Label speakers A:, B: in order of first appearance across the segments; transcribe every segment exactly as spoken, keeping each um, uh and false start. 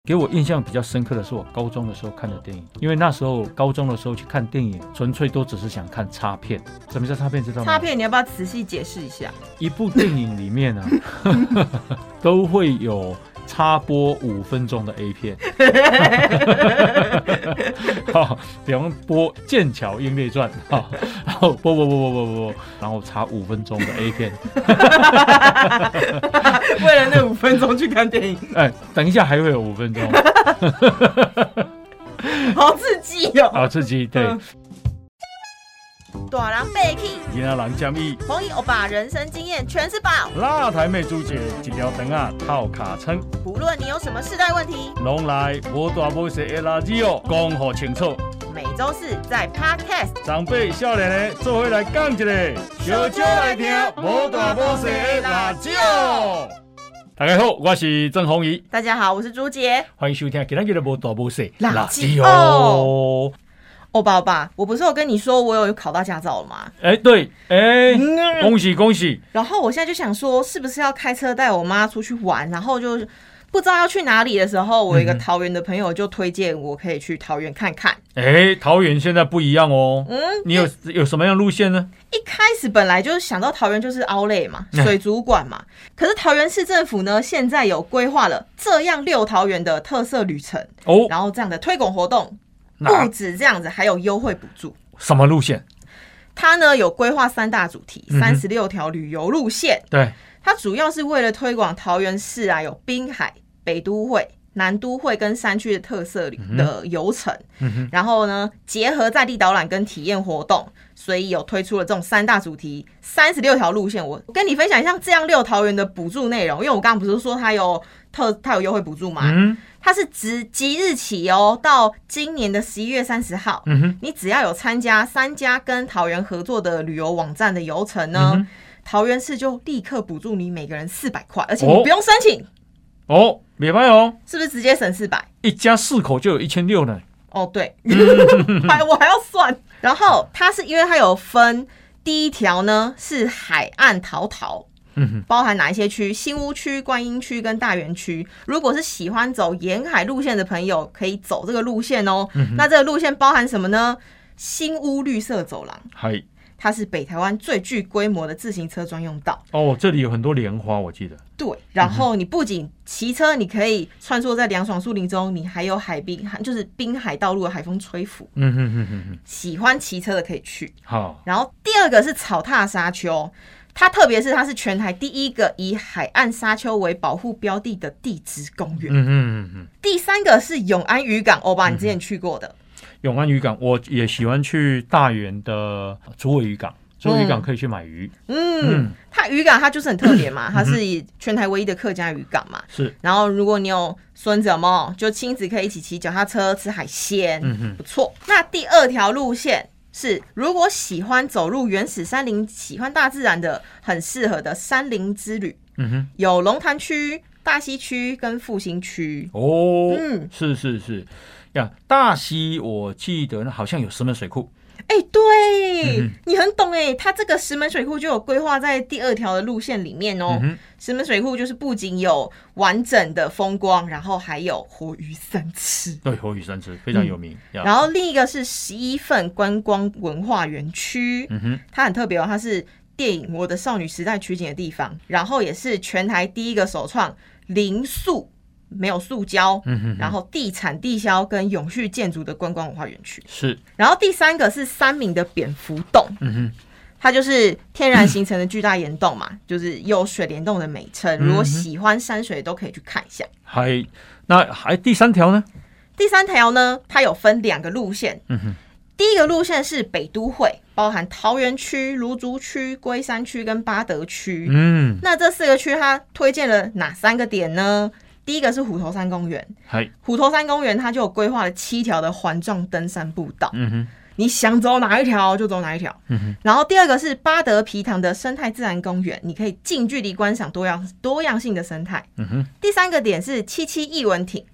A: 给我印象比较深刻的是我高中的时候看的电影，因为那时候高中的时候去看电影，纯粹都只是想看插片。什么叫插片？知道吗？
B: 插片你要不要仔细解释一下？
A: 一部电影里面啊，都会有插播五分钟的 A 片。好，比方播《剑桥英烈传》，好，然后播播播播播播，然后插五分钟的 A 片。
B: 为了那五分钟去看电影，
A: 哎，等一下还会有五分钟，
B: 好刺激哦！
A: 好刺激，对。
B: 大人被气，
A: 囡仔人建议，
B: 红衣欧巴人生经验全是宝。
A: 辣台妹主姐一条肠啊套卡称，
B: 不论你有什么世代问题，
A: 拢来无大无小的垃圾哦，讲好清楚。
B: 每周四在 Podcast，
A: 长辈少年的做伙来讲一个，小酒来听无大无小的垃圾哦。大家好，我是郑弘仪。
B: 大家好，我是朱杰。
A: 欢迎收听今天的无大无小
B: 垃圾哦。欧巴欧巴，我不是有跟你说我有考到驾照了吗？
A: 哎、欸，对，哎、欸嗯，恭喜恭喜！
B: 然后我现在就想说，是不是要开车带我妈出去玩？然后就不知道要去哪里的时候，我有一个桃园的朋友就推荐我可以去桃园看看。
A: 哎、欸，桃园现在不一样哦。嗯，你有有什么样的路线呢？
B: 一开始本来就是想到桃园就是Outlet嘛，水族馆嘛。可是桃园市政府呢，现在有规划了这样六桃园的特色旅程哦，然后这样的推广活动。不止这样子，还有优惠补助。
A: 什么路线？
B: 它呢有规划三大主题，三十六条旅游路线。
A: 对，
B: 它主要是为了推广桃园市啊，有滨海、北都会、南都会跟山区的特色的游程。嗯、然后呢，结合在地导览跟体验活动，所以有推出了这种三大主题，三十六条路线。我跟你分享一下这样六桃园的补助内容，因为我刚刚不是说它有特它有优惠补助吗？嗯。它是直即日起哦，到今年的十一月三十号，嗯、你只要有参加三家跟桃园合作的旅游网站的游程呢，嗯、桃园市就立刻补助你每个人四百块，而且你不用申请
A: 哦，没办哦，
B: 是不是直接省四百？
A: 一家四口就有一千六呢。
B: 哦，对，还我还要算。然后它是因为它有分，第一条呢是海岸桃桃。嗯、包含哪一些区？新屋区、观音区跟大园区。如果是喜欢走沿海路线的朋友，可以走这个路线哦。嗯、那这个路线包含什么呢？新屋绿色走廊，嗨，它是北台湾最具规模的自行车专用道。哦，
A: 这里有很多莲花，我记得。
B: 对，然后你不仅骑车，你可以穿梭在凉爽树林中，你还有海滨，就是滨海道路的海风吹拂。嗯哼哼哼哼，喜欢骑车的可以去。好，然后第二个是草踏沙丘。它特别是它是全台第一个以海岸沙丘为保护标的的地质公园。嗯嗯嗯。第三个是永安渔港，欧巴，你之前去过的。
A: 嗯、永安渔港，我也喜欢去大园的竹围渔港。竹围渔港可以去买鱼。
B: 嗯，嗯它渔港它就是很特别嘛，它是全台唯一的客家渔港嘛。是。然后如果你有孙子有没有，就亲子可以一起骑脚踏车吃海鲜，嗯哼，不错。那第二条路线。是，如果喜欢走入原始山林、喜欢大自然的，很适合的山林之旅。嗯哼，有龙潭区、大溪区跟复兴区。
A: 哦，嗯，是是是，呀，大溪我记得好像有石门水库。
B: 哎、欸，对、嗯，你很懂哎，它这个石门水库就有规划在第二条的路线里面哦。嗯、石门水库就是不仅有完整的风光，然后还有活鱼三吃。
A: 对，活鱼三吃非常有名。
B: 嗯、然后另一个是十一份观光文化园区，嗯哼，它很特别哦，它是电影《我的少女时代》取景的地方，然后也是全台第一个首创零塑。没有塑胶，嗯、哼哼然后地产地销跟永续建筑的观光文化园区是，然后第三个是三民的蝙蝠洞，嗯哼，它就是天然形成的巨大岩洞嘛，就是有水帘洞的美称。如果喜欢山水，都可以去看一下。
A: 还那还第三条呢？
B: 第三条呢，它有分两个路线，嗯哼，第一个路线是北都会，包含桃园区、芦竹区、龟山区跟八德区，嗯，那这四个区它推荐了哪三个点呢？第一个是虎头山公园，虎头山公园它就有规划了七条的环状登山步道，嗯哼，你想走哪一条就走哪一条，嗯哼。然后第二个是八德皮塘的生态自然公园，你可以近距离观赏多样多样性的生态，嗯哼。第三个点是七七艺文町，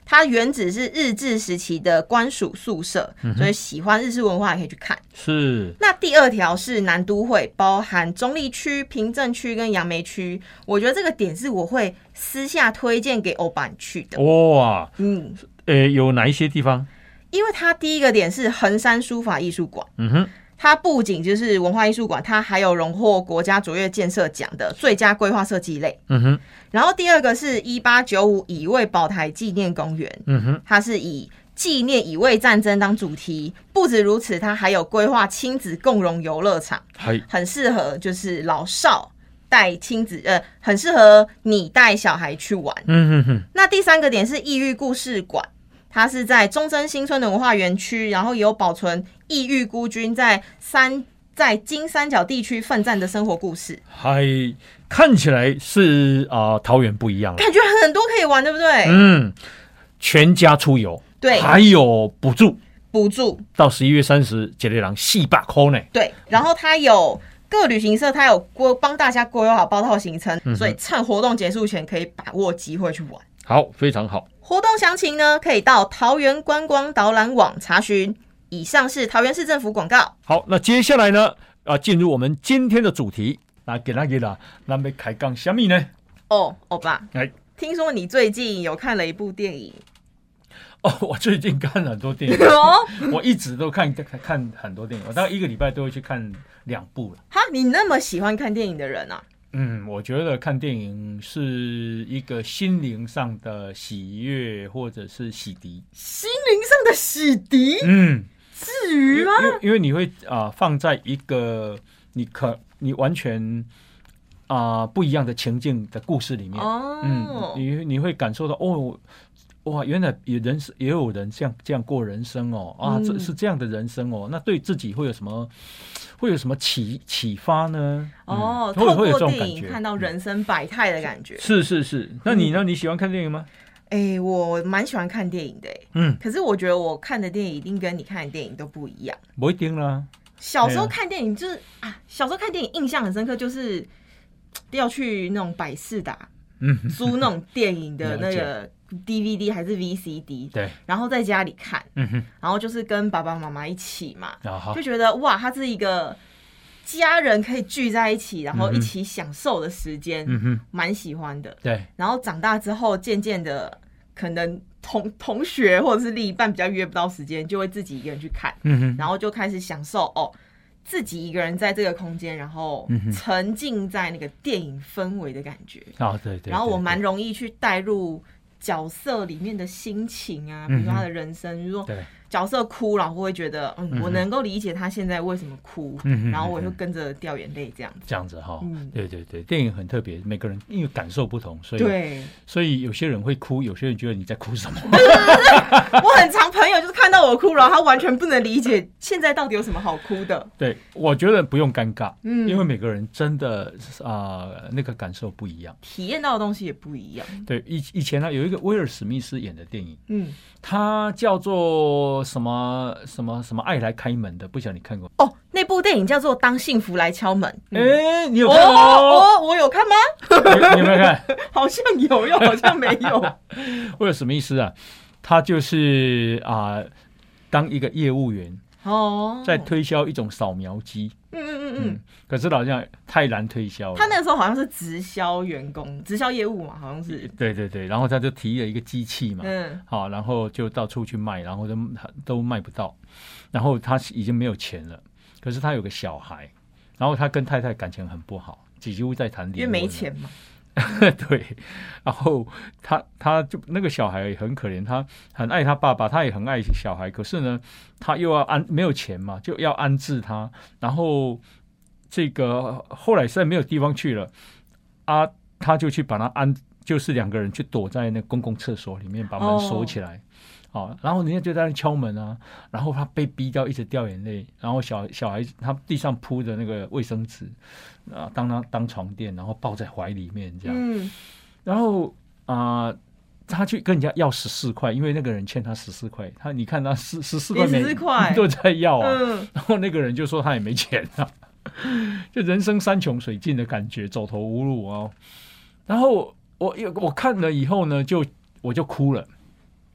B: 它原址是日治时期的官署宿舍，嗯、所以喜欢日式文化也可以去看。
A: 是。
B: 那第二条是南都会，包含中立区、平镇区跟杨梅区。我觉得这个点是我会私下推荐给欧巴去的。
A: 哇，
B: 嗯，
A: 呃，有哪一些地方？
B: 因为它第一个点是横山书法艺术馆。
A: 嗯哼。
B: 它不仅就是文化艺术馆，它还有荣获国家卓越建设奖的最佳规划设计类。
A: 嗯哼。
B: 然后第二个是一八九五乙未保台纪念公园。
A: 嗯哼。它
B: 是以纪念乙未战争当主题，不止如此，它还有规划亲子共融游乐场，很适合就是老少带亲子，呃，很适合你带小孩去玩。
A: 嗯哼哼。
B: 那第三个点是异域故事馆。它是在中正新村的文化园区，然后有保存异域孤军在三在金三角地区奋战的生活故事。
A: 还看起来是啊、呃，桃园不一样了，
B: 感觉很多可以玩，对不对？
A: 嗯，全家出游，
B: 对，
A: 还有补助，
B: 补助
A: 到十一月三十，一个人四百块呢。
B: 对，然后它有各旅行社，它有帮大家规划好包套行程、嗯，所以趁活动结束前可以把握机会去玩。
A: 好，非常好。
B: 活动详情呢，可以到桃园观光导览网查询。以上是桃园市政府广告。
A: 好，那接下来呢，啊，进入我们今天的主题。那给那给啦，那要开讲什么呢？
B: 哦，欧巴，
A: 哎，
B: 听说你最近有看了一部电影。
A: 哦，我最近看了很多电影，我一直都看看很多电影，我大概一个礼拜都会去看两部了。
B: 哈，你那么喜欢看电影的人啊？
A: 嗯，我觉得看电影是一个心灵上的喜悦或者是洗涤。
B: 心灵上的洗涤？嗯，至于吗？
A: 因为因为你会啊、呃、放在一个你可你完全啊、呃、不一样的情境的故事里面。哦，嗯，你你会感受到哦。哇，原来也人也有人这样这样过人生哦啊，这、嗯、是这样的人生哦。那对自己会有什么会有什么启启发呢？
B: 哦，嗯、透过电影看到人生百态的感觉。
A: 嗯、是是是，那你呢？嗯、你喜欢看电影吗？
B: 哎、欸，我蛮喜欢看电影的、欸，嗯，可是我觉得我看的电影一定跟你看的电影都不一样。
A: 不一定啦。
B: 小时候看电影就是啊，小时候看电影印象很深刻，就是要去那种百视达，嗯，租那种电影的那个。D V D 还是 V C D，
A: 对，
B: 然后在家里看，嗯哼，然后就是跟爸爸妈妈一起嘛，哦、就觉得哇，它是一个家人可以聚在一起，然后一起享受的时间，嗯哼，蛮喜欢的。
A: 对，
B: 然后长大之后，渐渐的可能同同学或者是另一半比较约不到时间，就会自己一个人去看，嗯哼，然后就开始享受哦。自己一个人在这个空间，然后沉浸在那个电影氛围的感觉
A: 啊、哦，对 对, 对。
B: 然后我蛮容易去带入角色里面的心情啊，比如说他的人生，比如说角色哭，然后我会觉得，嗯，我能够理解他现在为什么哭，嗯、然后我就跟着掉眼泪这样子。
A: 这样子哈、嗯，对对对，电影很特别，每个人因为感受不同，所以对，所以有些人会哭，有些人觉得你在哭什么。
B: 对对对，我很常朋友就是看到我哭，然后他完全不能理解现在到底有什么好哭的。
A: 对，我觉得不用尴尬，嗯，因为每个人真的啊、呃、那个感受不一样，
B: 体验到的东西也不一样。
A: 对，以以前呢有一个威尔史密斯演的电影，嗯，它叫做什么什么什么爱来开门的，不晓得你看过？
B: 哦，那部电影叫做《当幸福来敲门》。
A: 哎、嗯欸，你有看吗？
B: 哦，哦我有看吗？
A: 你, 你有没有看？
B: 好像有，又好像没有。
A: 威尔史密斯啊，他就是啊、呃，当一个业务员哦，在推销一种扫描机。嗯嗯嗯嗯，可是好像太难推销了。
B: 他那个时候好像是直销员工、直销业务嘛，好像是。
A: 对对对，然后他就提了一个机器嘛，嗯，好，然后就到处去卖，然后都都卖不到，然后他已经没有钱了，可是他有个小孩，然后他跟太太感情很不好，几乎在谈离婚，
B: 因为没钱嘛。
A: 对，然后他他就那个小孩也很可怜，他很爱他爸爸，他也很爱小孩，可是呢，他又要安没有钱嘛，就要安置他，然后这个后来实在没有地方去了啊，他就去把他安，就是两个人去躲在那公共厕所里面，把门锁起来。哦，然后人家就在那敲门啊，然后他被逼到一直掉眼泪，然后小小孩子他地上铺的那个卫生纸啊，当他当床垫，然后抱在怀里面这样，嗯、然后啊、呃，他去跟人家要十四块，因为那个人欠他十四块，他你看他十十四块每都在要啊、嗯，然后那个人就说他也没钱啊，就人生山穷水尽的感觉，走投无路啊。然后我我看了以后呢，就我就哭了。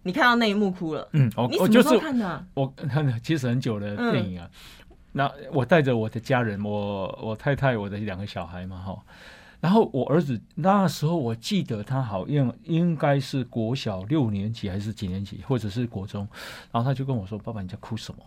B: 你看到那一幕哭了。
A: 嗯，我
B: 你什么时候看的、啊？
A: 我看的其实很久的电影啊。嗯、那我带着我的家人，我我太太，我的两个小孩嘛，哈。然后我儿子那时候，我记得他好像应该是国小六年级还是几年级，或者是国中。然后他就跟我说：“爸爸，你在哭什么？”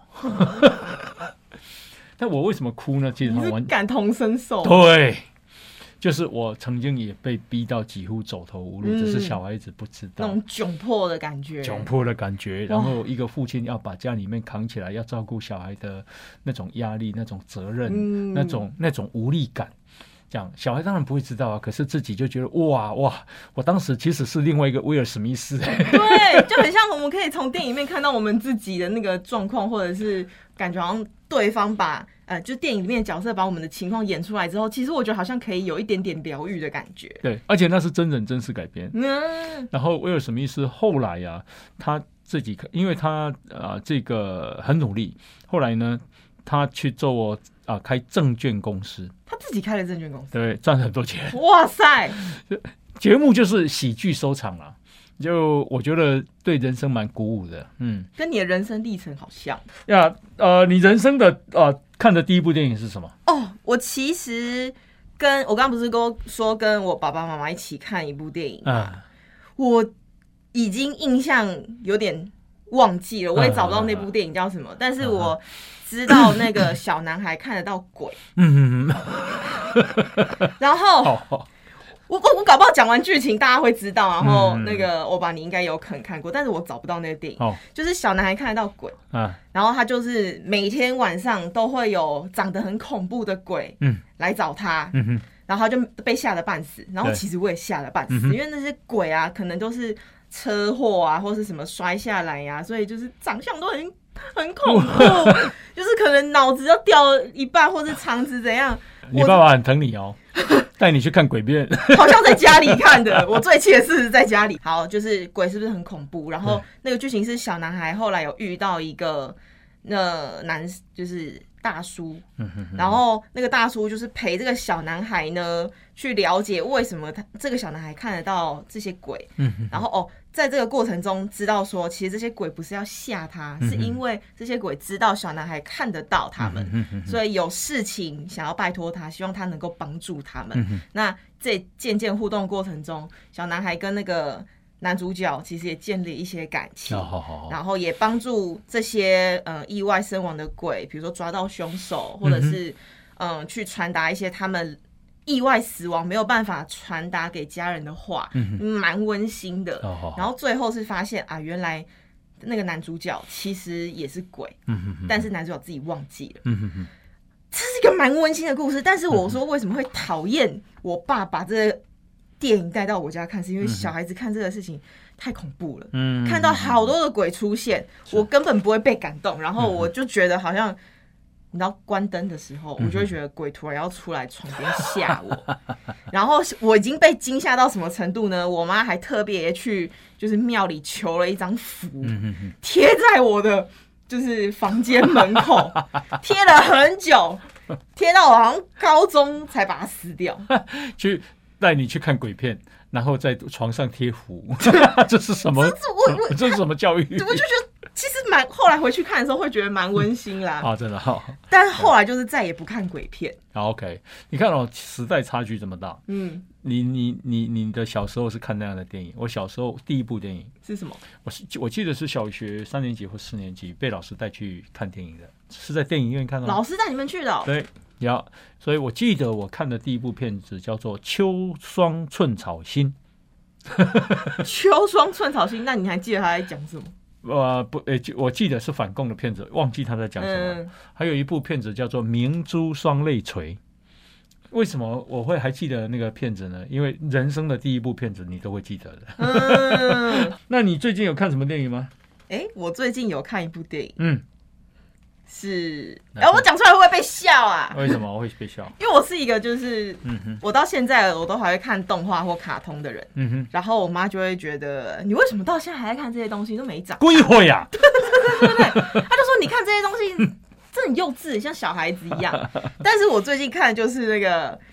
A: 但我为什么哭呢？其实
B: 你是感同身受。
A: 对。就是我曾经也被逼到几乎走投无路，嗯、只是小孩子不知道
B: 那种窘迫的感觉，
A: 窘迫的感觉。然后一个父亲要把家里面扛起来，要照顾小孩的那种压力、那种责任、嗯、那种那种无力感。这样小孩当然不会知道啊，可是自己就觉得哇哇，我当时其实是另外一个威尔史密斯。
B: 对，就很像我们可以从电影里面看到我们自己的那个状况，或者是感觉好像对方把呃，就电影里面的角色把我们的情况演出来之后，其实我觉得好像可以有一点点疗愈的感觉。
A: 对，而且那是真人真事改编。嗯，然后威尔史密斯后来啊，他自己因为他啊、呃、这个很努力，后来呢，他去做啊、呃、开证券公司。
B: 他自己开了证券公司，
A: 对，赚很多钱。
B: 哇塞！
A: 节目就是喜剧收场了。就我觉得对人生蛮鼓舞的，嗯，
B: 跟你的人生历程好像
A: 呀。呃，你人生的呃看的第一部电影是什么？
B: 哦，我其实跟我刚刚不是跟说跟我爸爸妈妈一起看一部电影啊，嗯、我已经印象有点忘记了，我也找不到那部电影叫什么，嗯、但是我知道那个小男孩看得到鬼，嗯，然后。我我我搞不好讲完剧情大家会知道，然后那个我爸你应该有可能看过，但是我找不到那个电影，哦、就是小男孩看得到鬼，啊、然后他就是每天晚上都会有长得很恐怖的鬼来找他，嗯、然后他就被吓得半死，然后其实我也吓得半死，因为那些鬼啊可能都是车祸啊或是什么摔下来呀、啊，所以就是长相都很很恐怖，就是可能脑子要掉一半或是肠子怎样。
A: 你爸爸很疼你哦。带你去看鬼片，
B: 好像在家里看的。我最气的是在家里。好，就是鬼是不是很恐怖？然后那个剧情是小男孩后来有遇到一个那男，就是大叔，然后那个大叔就是陪这个小男孩呢去了解为什么他这个小男孩看得到这些鬼，然后哦，在这个过程中知道说，其实这些鬼不是要吓他，是因为这些鬼知道小男孩看得到他们，所以有事情想要拜托他，希望他能够帮助他们。那在渐渐互动过程中，小男孩跟那个男主角其实也建立一些感情，然后也帮助这些呃意外身亡的鬼，比如说抓到凶手，或者是嗯、呃、去传达一些他们意外死亡没有办法传达给家人的话，蛮温馨的。然后最后是发现啊，原来那个男主角其实也是鬼，但是男主角自己忘记了。这是一个蛮温馨的故事，但是我说为什么会讨厌我爸把这个电影带到我家看，是因为小孩子看这个事情太恐怖了，嗯，看到好多的鬼出现，我根本不会被感动，然后我就觉得好像你知道关灯的时候，我就会觉得鬼突然要出来床边吓我，然后我已经被惊吓到什么程度呢？我妈还特别去就是庙里求了一张符，贴在我的就是房间门口，贴了很久，贴到我好像高中才把它撕掉。
A: 去带你去看鬼片，然后在床上贴符，这是什么？这, 这是什么教育？
B: 我就觉得其实蛮后来回去看的时候会觉得蛮温馨啦。
A: 啊，真的好。
B: 但后来就是再也不看鬼片。
A: 好 ，OK， 你看哦，时代差距这么大。嗯，你你你你的小时候是看那样的电影，我小时候第一部电影
B: 是什么？
A: 我是我记得是小学三年级或四年级被老师带去看电影的，是在电影院看到。
B: 老师带你们去的、哦？
A: 对。呀，所以我记得我看的第一部片子叫做《秋霜寸草心》。
B: 秋霜寸草心，那你还记得他在讲什么？
A: 呃，不，欸、我记得是反共的片子，忘记他在讲什么。嗯、还有一部片子叫做《明珠双泪垂》。为什么我会还记得那个片子呢？因为人生的第一部片子你都会记得的。嗯、那你最近有看什么电影吗？
B: 哎、欸，我最近有看一部电影。
A: 嗯。
B: 是，哎、欸，我讲出来会不会被笑啊？
A: 为什么我会被笑？
B: 因为我是一个就是，嗯哼，我到现在我都还会看动画或卡通的人，嗯哼，然后我妈就会觉得你为什么到现在还在看这些东西都没长大？
A: 故意会呀？
B: 对对对对对，她就说你看这些东西真的很幼稚，像小孩子一样。但是我最近看的就是那个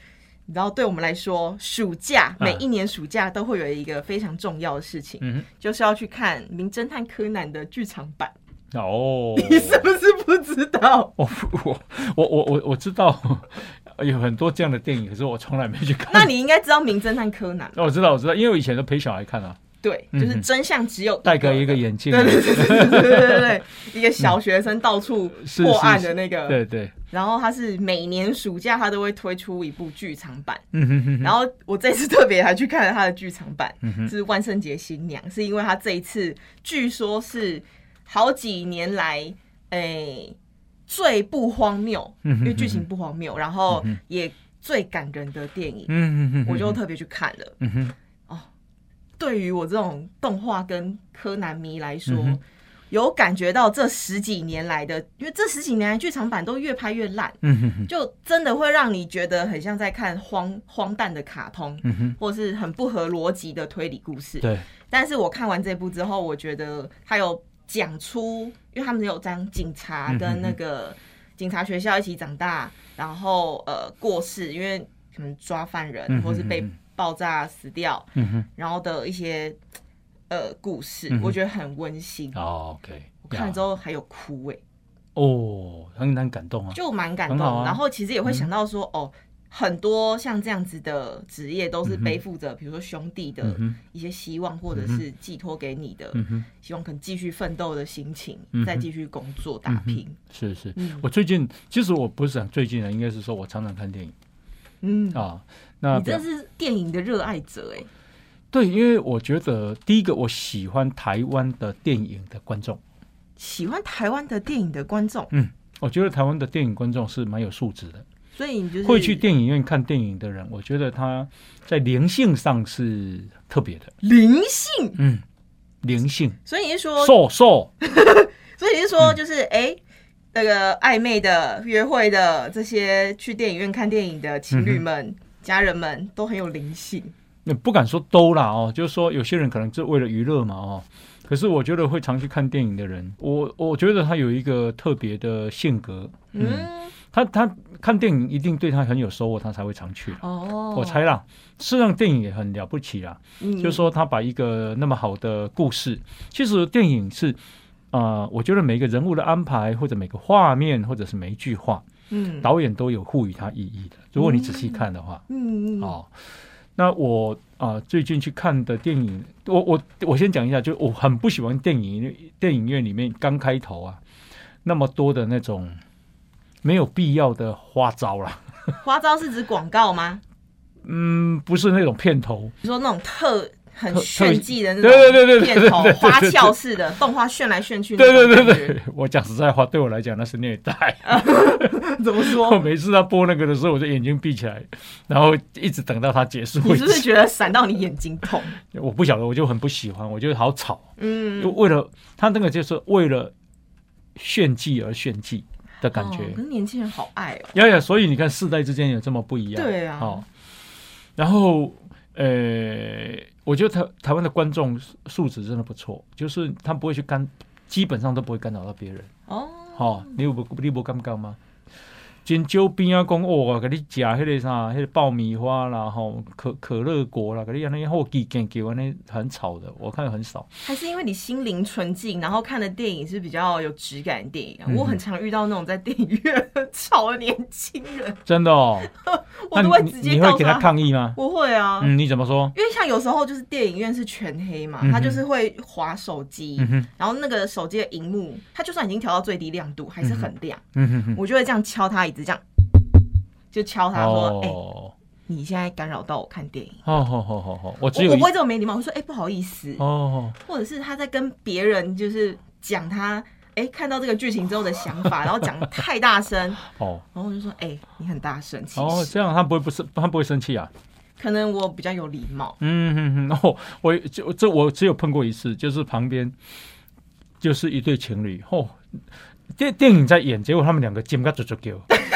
B: 你知道，对我们来说，暑假每一年暑假都会有一个非常重要的事情，
A: 嗯、
B: 就是要去看《名侦探柯南》的剧场版。
A: 哦，
B: 你是不是不知道？
A: 我我我我我我知道有很多这样的电影，可是我从来没去看。
B: 那你应该知道《名侦探柯南》。
A: 我知道，我知道，因为我以前都陪小孩看啊。
B: 对，就是真相只有
A: 戴个一个眼镜，
B: 对对对对对对对，一个小学生到处破案的那个，
A: 对对。
B: 然后他是每年暑假他都会推出一部剧场版，
A: 嗯哼哼。
B: 然后我这次特别还去看了他的剧场版，
A: 嗯、
B: 是万圣节新娘，是因为他这一次据说是好几年来诶最不荒谬，
A: 嗯、
B: 因为剧情不荒谬，然后也最感人的电影，
A: 嗯、
B: 我就特别去看了。
A: 嗯哼。
B: 对于我这种动画跟柯南迷来说、嗯，有感觉到这十几年来的，因为这十几年来剧场版都越拍越烂，
A: 嗯、
B: 就真的会让你觉得很像在看荒荒诞的卡通、
A: 嗯，
B: 或是很不合逻辑的推理故事。
A: 对。
B: 但是我看完这部之后，我觉得他有讲出，因为他们有讲警察跟那个警察学校一起长大，然后呃过世，因为可能抓犯人、嗯、或是被爆炸死掉、
A: 嗯、
B: 然后的一些呃故事、嗯、我觉得很温馨、
A: 哦、OK，
B: 我看了之后还有哭哎、欸，
A: 哦，很很感动啊，
B: 就蛮感动、啊、然后其实也会想到说、嗯、哦，很多像这样子的职业都是背负着比如说兄弟的一些希望、嗯、或者是寄托给你的、嗯、希望可能继续奋斗的心情、嗯、再继续工作打拼、
A: 嗯、是是、嗯、我最近其实我不是讲最近的，应该是说我常常看电影。
B: 嗯
A: 啊，那
B: 你真是电影的热爱者哎。
A: 对，因为我觉得第一个我喜欢台湾的电影的观众，
B: 喜欢台湾的电影的观众，
A: 嗯，我觉得台湾的电影观众是蛮有素质的，
B: 所以你就是
A: 会去电影院看电影的人，我觉得他在灵性上是特别的。
B: 灵性，
A: 嗯，灵性。
B: 所以你是说，
A: 瘦瘦，
B: 所以你是说，就是哎。嗯欸那个暧昧的、约会的这些去电影院看电影的情侣们、嗯、家人们都很有灵性。
A: 不敢说都啦哦，就是说有些人可能是为了娱乐嘛哦。可是我觉得会常去看电影的人，我我觉得他有一个特别的性格，嗯，嗯他他看电影一定对他很有收获，他才会常去哦。我猜啦，事实上电影也很了不起啦，嗯、就是说他把一个那么好的故事，其实电影是。呃，我觉得每个人物的安排，或者每个画面，或者是每一句话，嗯，导演都有赋予它意义的。如果你仔细看的话，嗯嗯，哦，那我啊、呃、最近去看的电影，我我我先讲一下，就我很不喜欢电影电影院里面刚开头啊那么多的那种没有必要的花招啦。
B: 花招是指广告吗？
A: 嗯，不是那种片头，
B: 你说那种特。很炫技的那种片头，花俏式的动画炫来炫去。
A: 对对对对，我讲实在话，对我来讲那是虐待。
B: 怎么说？
A: 我每次他播那个的时候，我就眼睛闭起来，然后一直等到他结束。
B: 你是不是觉得闪到你眼睛痛？
A: 我不晓得，我就很不喜欢，我觉得好吵。嗯，就为了他那个就是为了炫技而炫技的感觉。
B: 可是年轻人好爱哦。
A: 呀呀，所以你看世代之间有这么不一样。
B: 对啊。
A: 哦，然后呃。我觉得台台湾的观众素质真的不错，就是他不会去干，基本上都不会干扰到别人。哦，哦，你有不你有感觉吗？真少边啊讲哦，给你食迄个啥，迄、那个爆米花啦，吼可可乐果啦，给你安尼好叽叽叫安尼很吵的，我看很少。
B: 还是因为你心灵纯净，然后看的电影是比较有质感的电影、啊嗯。我很常遇到那种在电影院很吵的年轻人，
A: 真的哦。
B: 我都会直接
A: 你会给他抗议吗？
B: 我会啊。
A: 嗯，你怎么说？
B: 因为像有时候就是电影院是全黑嘛，嗯、他就是会滑手机、嗯，然后那个手机的荧幕，他就算已经调到最低亮度，还是很亮。嗯哼哼，我就会这样敲他椅子，这样就敲他说：“哎、哦欸，你现在干扰到我看电影。”
A: 哦好好好好，我只有
B: 我不会这么没礼貌，我说：“哎、欸，不好意思。”哦，或者是他在跟别人就是讲他。哎、欸，看到这个剧情之后的想法，然后讲太大声哦，然后我就说：“哎、欸，你很大声。”其实
A: 哦，这样他不会不是他不会生气啊？
B: 可能我比较有礼貌。
A: 嗯哼哼，哦，我就这我只有碰过一次，就是旁边就是一对情侣，哦，电电影在演，结果他们两个尖个啾啾叫，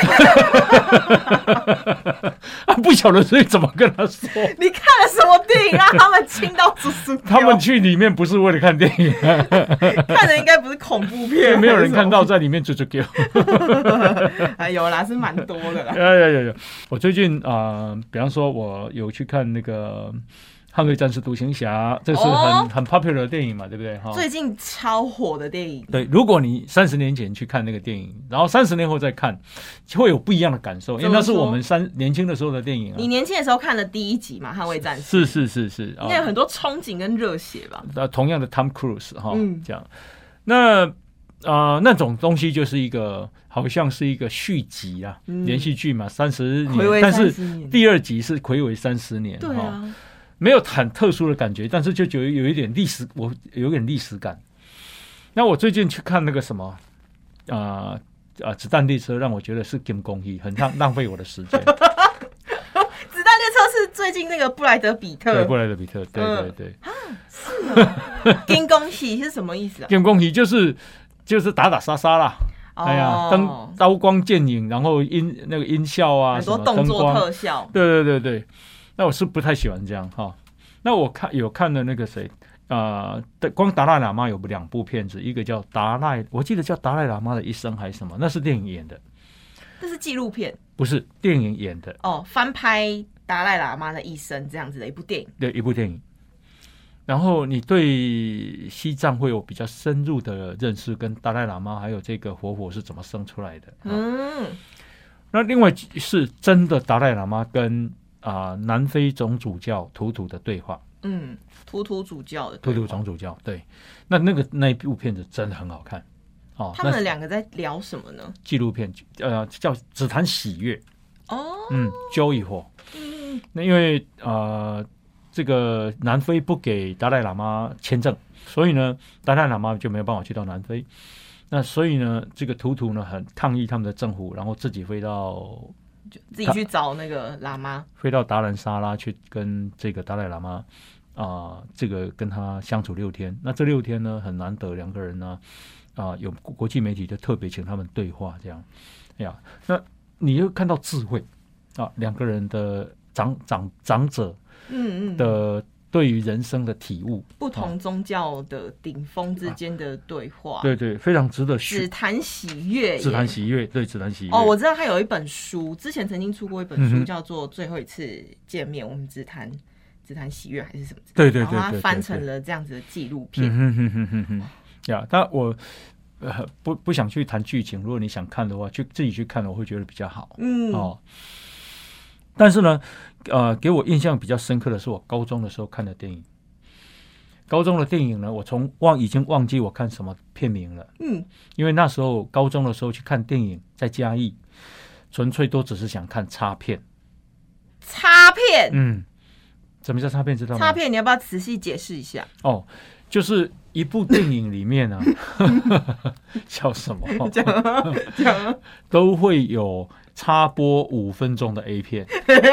A: 啊，不晓得所以怎么跟他说？
B: 你看了什么电影让他们亲到猪猪丢？
A: 他们去里面不是为了看电影，
B: 看的应该不是恐怖片，
A: 没有人看到在里面猪猪丢。
B: 哎，有啦，是蛮多的啦。
A: 有有有有，我最近啊、呃，比方说我有去看那个。捍卫战士独行侠，这是很、哦、很 popular 的电影嘛，对不对？
B: 最近超火的电影。
A: 对，如果你三十年前去看那个电影，然后三十年后再看，会有不一样的感受，因为那是我们三年轻的时候的电影、啊。
B: 你年轻的时候看了第一集嘛，《捍卫战士》
A: 是是是是，
B: 应该有很多憧憬跟热血吧？
A: 呃，同样的 Tom Cruise 哈、嗯，这样，那啊、呃、那种东西就是一个好像是一个续集啊，嗯、连续剧嘛，三十年，但是第二集是睽违三十年，
B: 对啊。
A: 没有很特殊的感觉，但是就觉得有一点历史，我有点历史感。那我最近去看那个什么，啊、呃、啊，子弹列车让我觉得是金公益，很浪浪费我的时间。子弹
B: 列车是最近那个布莱德比特，
A: 对，布莱德比特，对对对。
B: 啊、嗯，是啊。金公益是什么意思啊？
A: 金公益就是就是打打杀杀啦。哦、哎呀，灯刀光剑影，然后音那个音效啊，
B: 很多动作特效。
A: 对对对对。那我是不太喜欢这样哈。那我看有看了那个谁啊、呃，光达赖喇嘛有两部片子，一个叫达赖，我记得叫达赖喇嘛的一生还是什么，那是电影演的。
B: 那是纪录片，
A: 不是电影演的
B: 哦，翻拍达赖喇嘛的一生这样子的一部电影，
A: 对，一部电影。然后你对西藏会有比较深入的认识，跟达赖喇嘛还有这个活佛是怎么生出来的。嗯，那另外是真的达赖喇嘛跟啊、呃，南非总主教图图的对话，
B: 嗯，图图主教的对
A: 话，图图总主教，对，那那个那一部片子真的很好看，
B: 哦，他们两个在聊什么呢？
A: 纪录片，呃，叫《只谈喜悦》，哦，嗯 ，Joy 火，嗯，那因为呃，这个南非不给达赖喇嘛签证，所以呢，达赖喇嘛就没有办法去到南非，那所以呢，这个图图呢很抗议他们的政府，然后自己飞到。
B: 就自己去找那个喇嘛，
A: 飞到达兰萨拉去跟这个达赖喇嘛啊、呃，这个跟他相处六天。那这六天呢很难得，两个人呢啊、呃、有国际媒体就特别请他们对话，这样呀。那你又看到智慧啊，两个人的长长长者嗯嗯的对于人生的体悟，
B: 不同宗教的顶峰之间的对话，
A: 啊、对对，非常值得学。
B: 只谈喜悦，
A: 只谈喜悦，对，只谈喜悦。
B: 哦，我知道他有一本书，之前曾经出过一本书，嗯、叫做《最后一次见面》，我们只谈只谈喜悦还是什么？
A: 对对对对，
B: 然后他翻成了这样子的纪录片。
A: 嗯哼哼哼哼呀，但我呃不不想去谈剧情，如果你想看的话，去自己去看，我会觉得比较好。嗯哦。但是呢，呃，给我印象比较深刻的是我高中的时候看的电影。高中的电影呢，我从忘已经忘记我看什么片名了。嗯，因为那时候高中的时候去看电影，在嘉义，纯粹都只是想看插片。
B: 插片？
A: 嗯，什么叫插片？知道吗？
B: 插片，你要不要仔细解释一下？
A: 哦，就是一部电影里面啊，笑什么？
B: 讲讲
A: 都会有。插播五分钟的 A 片，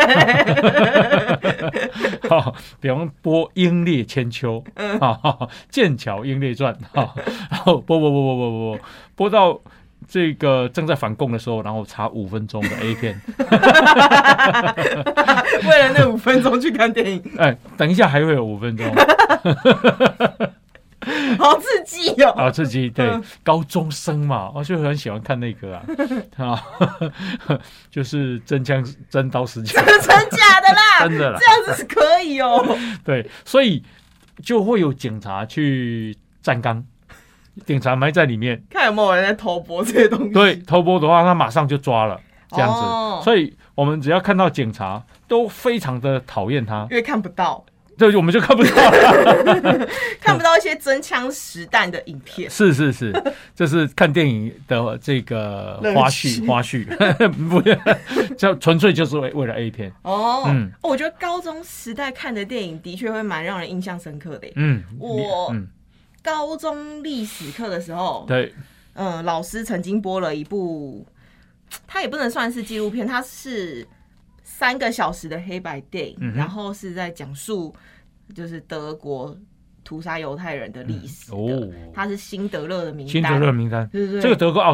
A: 好，比方播《英烈千秋》啊，《剑桥英烈传》啊，然后播播播播播播播到这个正在反共的时候，然后插五分钟的 A 片，
B: 为了那五分钟去看电影。
A: 哎，等一下还会有五分钟。
B: 好刺激哦！
A: 好刺激，对，高中生嘛，我就很喜欢看那个啊，啊，就是真枪真刀实枪，
B: 真假的啦，
A: 真的啦，
B: 这样子是可以哦。
A: 对，所以就会有警察去站岗，警察埋在里面，
B: 看有没有人在偷播这些东西。
A: 对，偷播的话，他马上就抓了，这样子。哦、所以我们只要看到警察，都非常的讨厌他，
B: 因为看不到。
A: 对，我们就看不到了，
B: 看不到一些真枪实弹的影片。
A: 是是是，这是看电影的这个花絮花絮，不，就纯粹就是为为了 A 片。
B: 哦，嗯，我觉得高中时代看的电影的确会蛮让人印象深刻的。嗯，我、嗯、高中历史课的时候，
A: 对，
B: 嗯，老师曾经播了一部，它也不能算是纪录片，它是。三个小时的黑白电影，嗯、然后是在讲述就是德国屠杀犹太人的历史的。嗯、哦，它是辛德勒的名单。
A: 辛德勒名单，
B: 对对对，
A: 这个得过奥斯卡。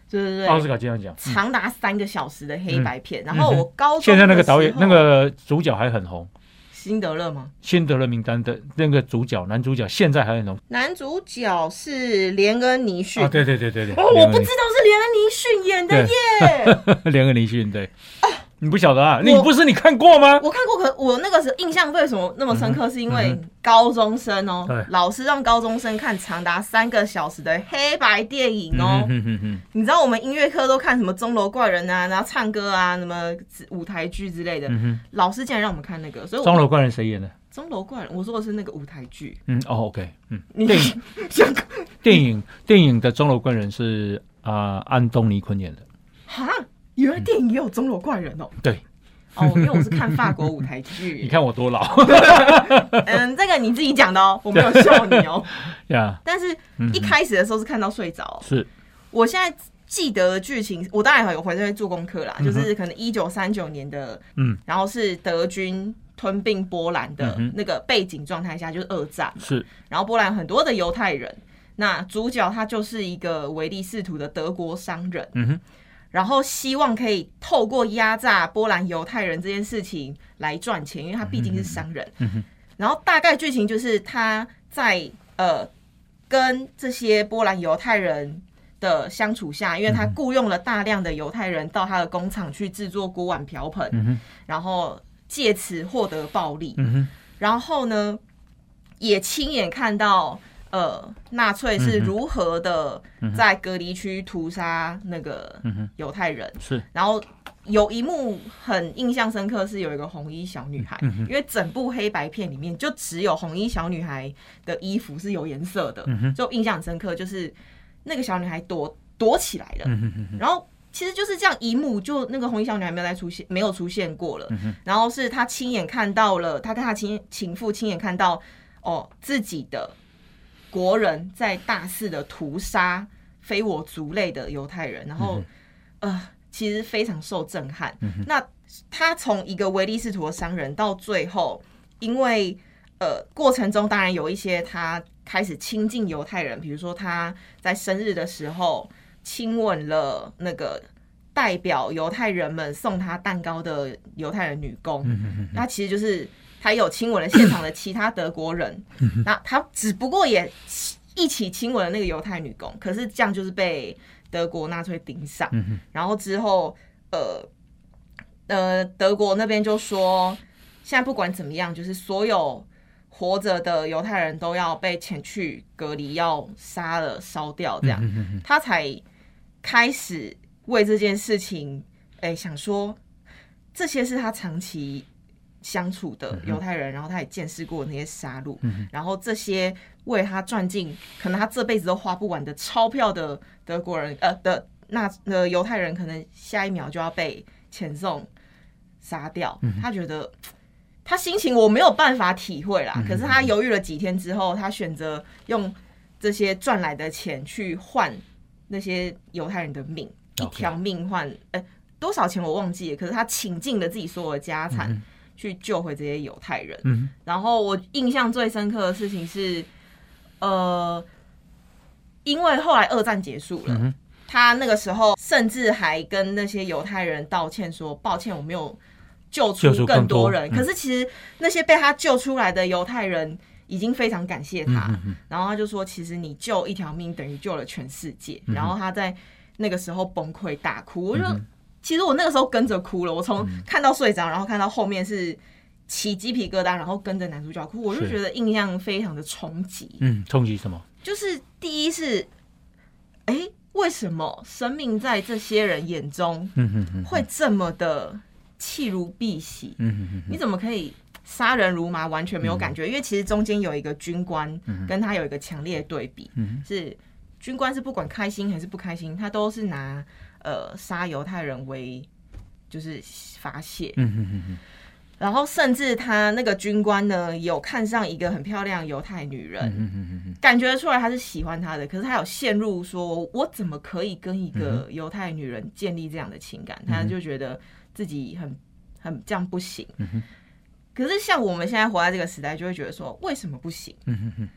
B: 对对对，
A: 奥斯卡金像奖
B: 长达三个小时的黑白片。嗯、然后我高中
A: 现在那个导演那个主角还很红，
B: 辛德勒吗？
A: 辛德勒名单的那个主角，男主角现在还很红。
B: 男主角是连恩尼逊。
A: 啊，对对对对对。
B: 哦，我不知道是连恩尼逊演的耶。
A: 连恩尼逊，对。啊你不晓得啊？你不是你看过吗？
B: 我看过，可我那个时候印象为什么那么深刻？是因为高中生哦，嗯、老师让高中生看长达三个小时的黑白电影哦。嗯、哼哼哼你知道我们音乐课都看什么钟楼怪人啊，然后唱歌啊，什么舞台剧之类的。嗯、老师竟然让我们看那个，所以
A: 钟楼怪人谁演的？
B: 钟楼怪人，我说的是那个舞台剧。
A: 嗯，哦 ，OK， 嗯，电影电影电影的钟楼怪人是啊、呃、安东尼昆演的。
B: 哈。原来电影也有钟楼怪人哦。
A: 对，
B: 哦，因为我是看法国舞台剧。
A: 你看我多老。
B: 嗯，这个你自己讲的哦，我没有笑你哦。
A: 呀，
B: 但是一开始的时候是看到睡着、哦。
A: 是，
B: 我现在记得的剧情，我当然有回去做功课啦，嗯、就是可能一九三九年的，嗯，然后是德军吞并波兰的那个背景状态下，就是二战。
A: 是，
B: 然后波兰很多的犹太人，那主角他就是一个唯利是图的德国商人。嗯哼。然后希望可以透过压榨波兰犹太人这件事情来赚钱，因为他毕竟是商人。嗯、然后大概剧情就是他在呃跟这些波兰犹太人的相处下，因为他雇佣了大量的犹太人到他的工厂去制作锅碗瓢盆，嗯、然后借此获得暴利。嗯、然后呢，也亲眼看到。呃，纳粹是如何的在隔离区屠杀那个犹太人？嗯、是，然后有一幕很印象深刻，是有一个红衣小女孩，嗯、因为整部黑白片里面就只有红衣小女孩的衣服是有颜色的，嗯、就印象很深刻，就是那个小女孩躲躲起来了，嗯、然后其实就是这样一幕，就那个红衣小女孩没有再出现，没有出现过了，嗯、然后是她亲眼看到了，她跟她情情妇亲眼看到哦自己的。国人在大肆的屠杀非我族类的犹太人，然后、嗯、呃，其实非常受震撼。嗯、那他从一个唯利是图的商人，到最后，因为呃过程中当然有一些他开始亲近犹太人，比如说他在生日的时候亲吻了那个代表犹太人们送他蛋糕的犹太人女工，嗯、那其实就是。他有亲吻了现场的其他德国人，那他只不过也一起亲吻了那个犹太女工，可是这样就是被德国纳粹盯上，然后之后呃呃德国那边就说，现在不管怎么样，就是所有活着的犹太人都要被遣去隔离，要杀了烧掉，这样他才开始为这件事情，哎、欸，想说这些是他长期。相处的犹太人，然后他也见识过那些杀戮，嗯、然后这些为他赚进可能他这辈子都花不完的钞票的德国人，呃的那呃犹太人，可能下一秒就要被遣送杀掉。嗯、他觉得他心情我没有办法体会啦，嗯、可是他犹豫了几天之后，他选择用这些赚来的钱去换那些犹太人的命， Okay. 一条命换呃多少钱我忘记了，可是他倾尽了自己所有的家产。嗯去救回这些犹太人，嗯、然后我印象最深刻的事情是，呃，因为后来二战结束了，嗯、他那个时候甚至还跟那些犹太人道歉说：“抱歉，我没有救出更多人。”可是其实那些被他救出来的犹太人已经非常感谢他，嗯、然后他就说：“其实你救一条命等于救了全世界。嗯”然后他在那个时候崩溃大哭，我就。嗯其实我那个时候跟着哭了，我从看到睡着，然后看到后面是起鸡皮疙瘩，然后跟着男主角哭，我就觉得印象非常的冲击。嗯，
A: 冲击什么？
B: 就是第一是，哎、欸，为什么生命在这些人眼中会这么的弃如敝屣？嗯、你怎么可以杀人如麻，完全没有感觉？嗯、因为其实中间有一个军官，跟他有一个强烈的对比，嗯、是军官是不管开心还是不开心，他都是拿。呃，杀犹太人为就是发泄，嗯哼哼哼，然后甚至他那个军官呢，有看上一个很漂亮犹太女人，嗯哼哼哼，感觉出来他是喜欢她的，可是他有陷入说，我怎么可以跟一个犹太女人建立这样的情感？嗯、他就觉得自己很很这样不行。嗯、可是像我们现在活在这个时代，就会觉得说，为什么不行？嗯、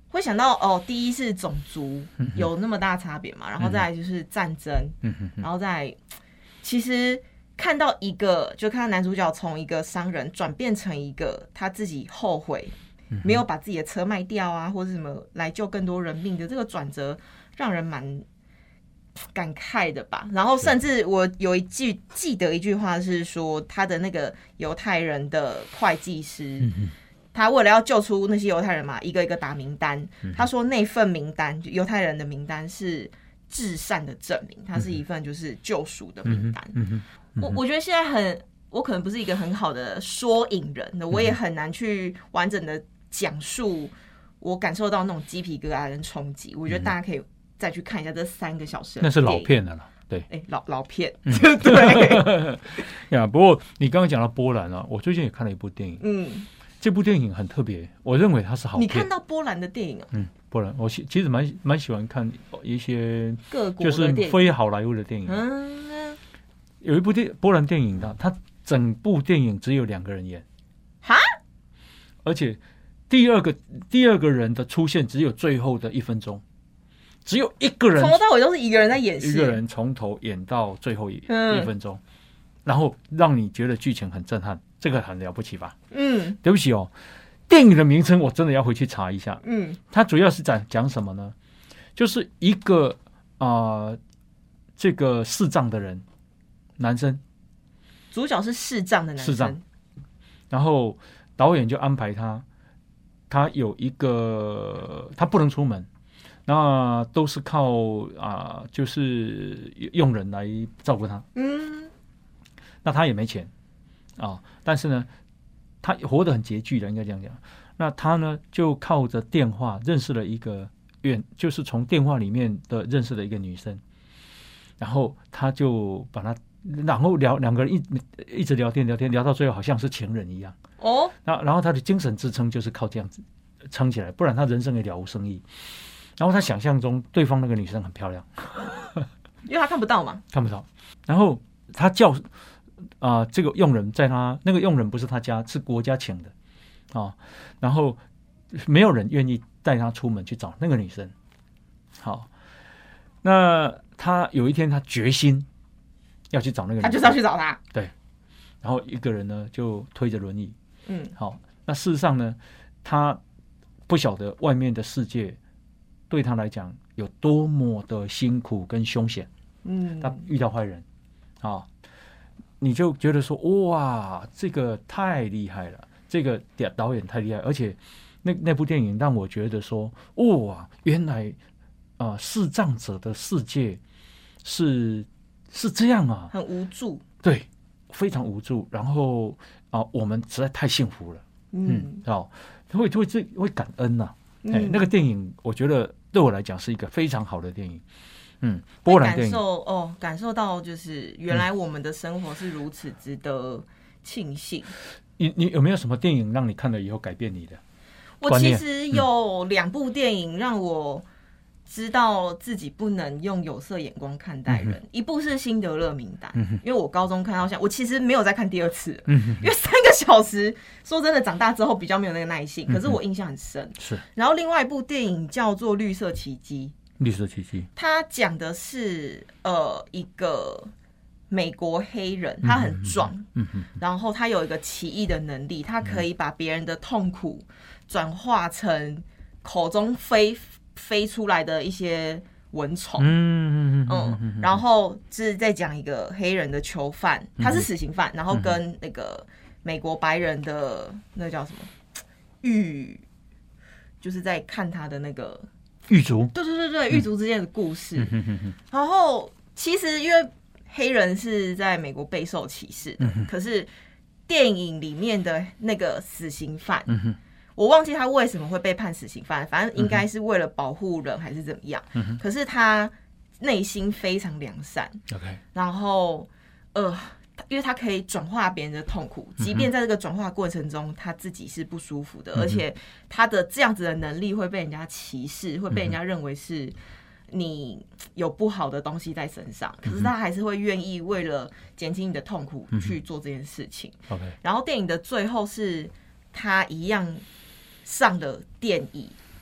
B: 会想到哦，第一是种族有那么大差别嘛，然后再来就是战争，然后再来其实看到一个，就看到男主角从一个商人转变成一个他自己后悔没有把自己的车卖掉啊，或者什么来救更多人命的这个转折，让人蛮感慨的吧。然后甚至我有一句记得一句话是说，他的那个犹太人的会计师。他为了要救出那些犹太人嘛，一个一个打名单。他说那份名单，犹太人的名单是至善的证明，它是一份就是救赎的名单。我我觉得现在很，我可能不是一个很好的说引人，我也很难去完整的讲述我感受到那种鸡皮疙瘩跟冲击。我觉得大家可以再去看一下这三个小时的电影，
A: 那是老片的了。对，
B: 哎、欸，老老片，嗯、对
A: 呀。不过你刚刚讲到波兰啊，我最近也看了一部电影，嗯。这部电影很特别，我认为它是好片。
B: 你看到波兰的电影啊？
A: 嗯，波兰，我其实蛮蛮喜欢看一些
B: 各国
A: 就是非好莱坞的电影。嗯，有一部电波兰电影的，它整部电影只有两个人演，
B: 哈，
A: 而且第二个第二个人的出现只有最后的一分钟，只有一个人，
B: 从头到尾都是一个人在演戏，
A: 一个人从头演到最后一、嗯、一分钟，然后让你觉得剧情很震撼。这个很了不起吧？嗯，对不起哦，电影的名称我真的要回去查一下。嗯，它主要是讲讲什么呢？就是一个啊、呃，这个视障的人，男生，
B: 主角是视障的男生，视障，
A: 然后导演就安排他，他有一个他不能出门，那都是靠啊、呃，就是佣人来照顾他。嗯，那他也没钱。啊、哦，但是呢，他活得很拮据的，应该这样讲。那他呢，就靠着电话认识了一个远，就是从电话里面的认识了一个女生，然后他就把他，然后聊两个人一一直聊天聊天聊到最后，好像是情人一样。哦，那然后他的精神支撑就是靠这样子撑起来，不然他人生也了无生意。然后他想象中对方那个女生很漂亮，
B: 因为他看不到嘛，
A: 看不到。然后他叫。啊、呃，这个佣人在他那个佣人不是他家，是国家请的啊、哦。然后没有人愿意带他出门去找那个女生。好，那他有一天他决心要去找那个女生，
B: 他就是要去找他。
A: 对，然后一个人呢就推着轮椅。嗯，好，那事实上呢，他不晓得外面的世界对他来讲有多么的辛苦跟凶险。嗯，他遇到坏人啊。哦，你就觉得说哇，这个太厉害了，这个导演太厉害，而且那那部电影让我觉得说哇，原来啊、呃、视障者的世界是是这样啊，
B: 很无助，
A: 对，非常无助。然后啊、呃，我们实在太幸福了，嗯，哦，会会这会感恩呐、啊，哎、嗯，那个电影我觉得对我来讲是一个非常好的电影。嗯，波兰电影
B: 感受哦，感受到就是原来我们的生活是如此值得庆幸。
A: 你你有没有什么电影让你看了以后改变你的？
B: 我其实有两部电影让我知道自己不能用有色眼光看待人。嗯、一部是《辛德勒名单》，嗯，因为我高中看到现在，我其实没有再看第二次了，嗯，因为三个小时，说真的，长大之后比较没有那个耐性，可是我印象很深。
A: 是。
B: 然后另外一部电影叫做《绿色奇迹》。
A: 绿色奇迹，
B: 他讲的是呃一个美国黑人，他很壮，嗯嗯嗯、然后他有一个奇异的能力，他可以把别人的痛苦转化成口中飞飞出来的一些蚊虫，嗯嗯嗯，然后是在讲一个黑人的囚犯，他是死刑犯，然后跟那个美国白人的那个叫什么狱，就是在看他的那个。
A: 狱卒，
B: 对对对对，狱卒之间的故事。嗯、然后其实因为黑人是在美国备受歧视的，嗯、可是电影里面的那个死刑犯，嗯、我忘记他为什么会被判死刑犯，反正应该是为了保护人还是怎么样。嗯、可是他内心非常良善。
A: OK，
B: 然后呃。因为他可以转化别人的痛苦，即便在这个转化过程中他自己是不舒服的，而且他的这样子的能力会被人家歧视，会被人家认为是你有不好的东西在身上，可是他还是会愿意为了减轻你的痛苦去做这件事情。然后电影的最后是他一样上了电椅，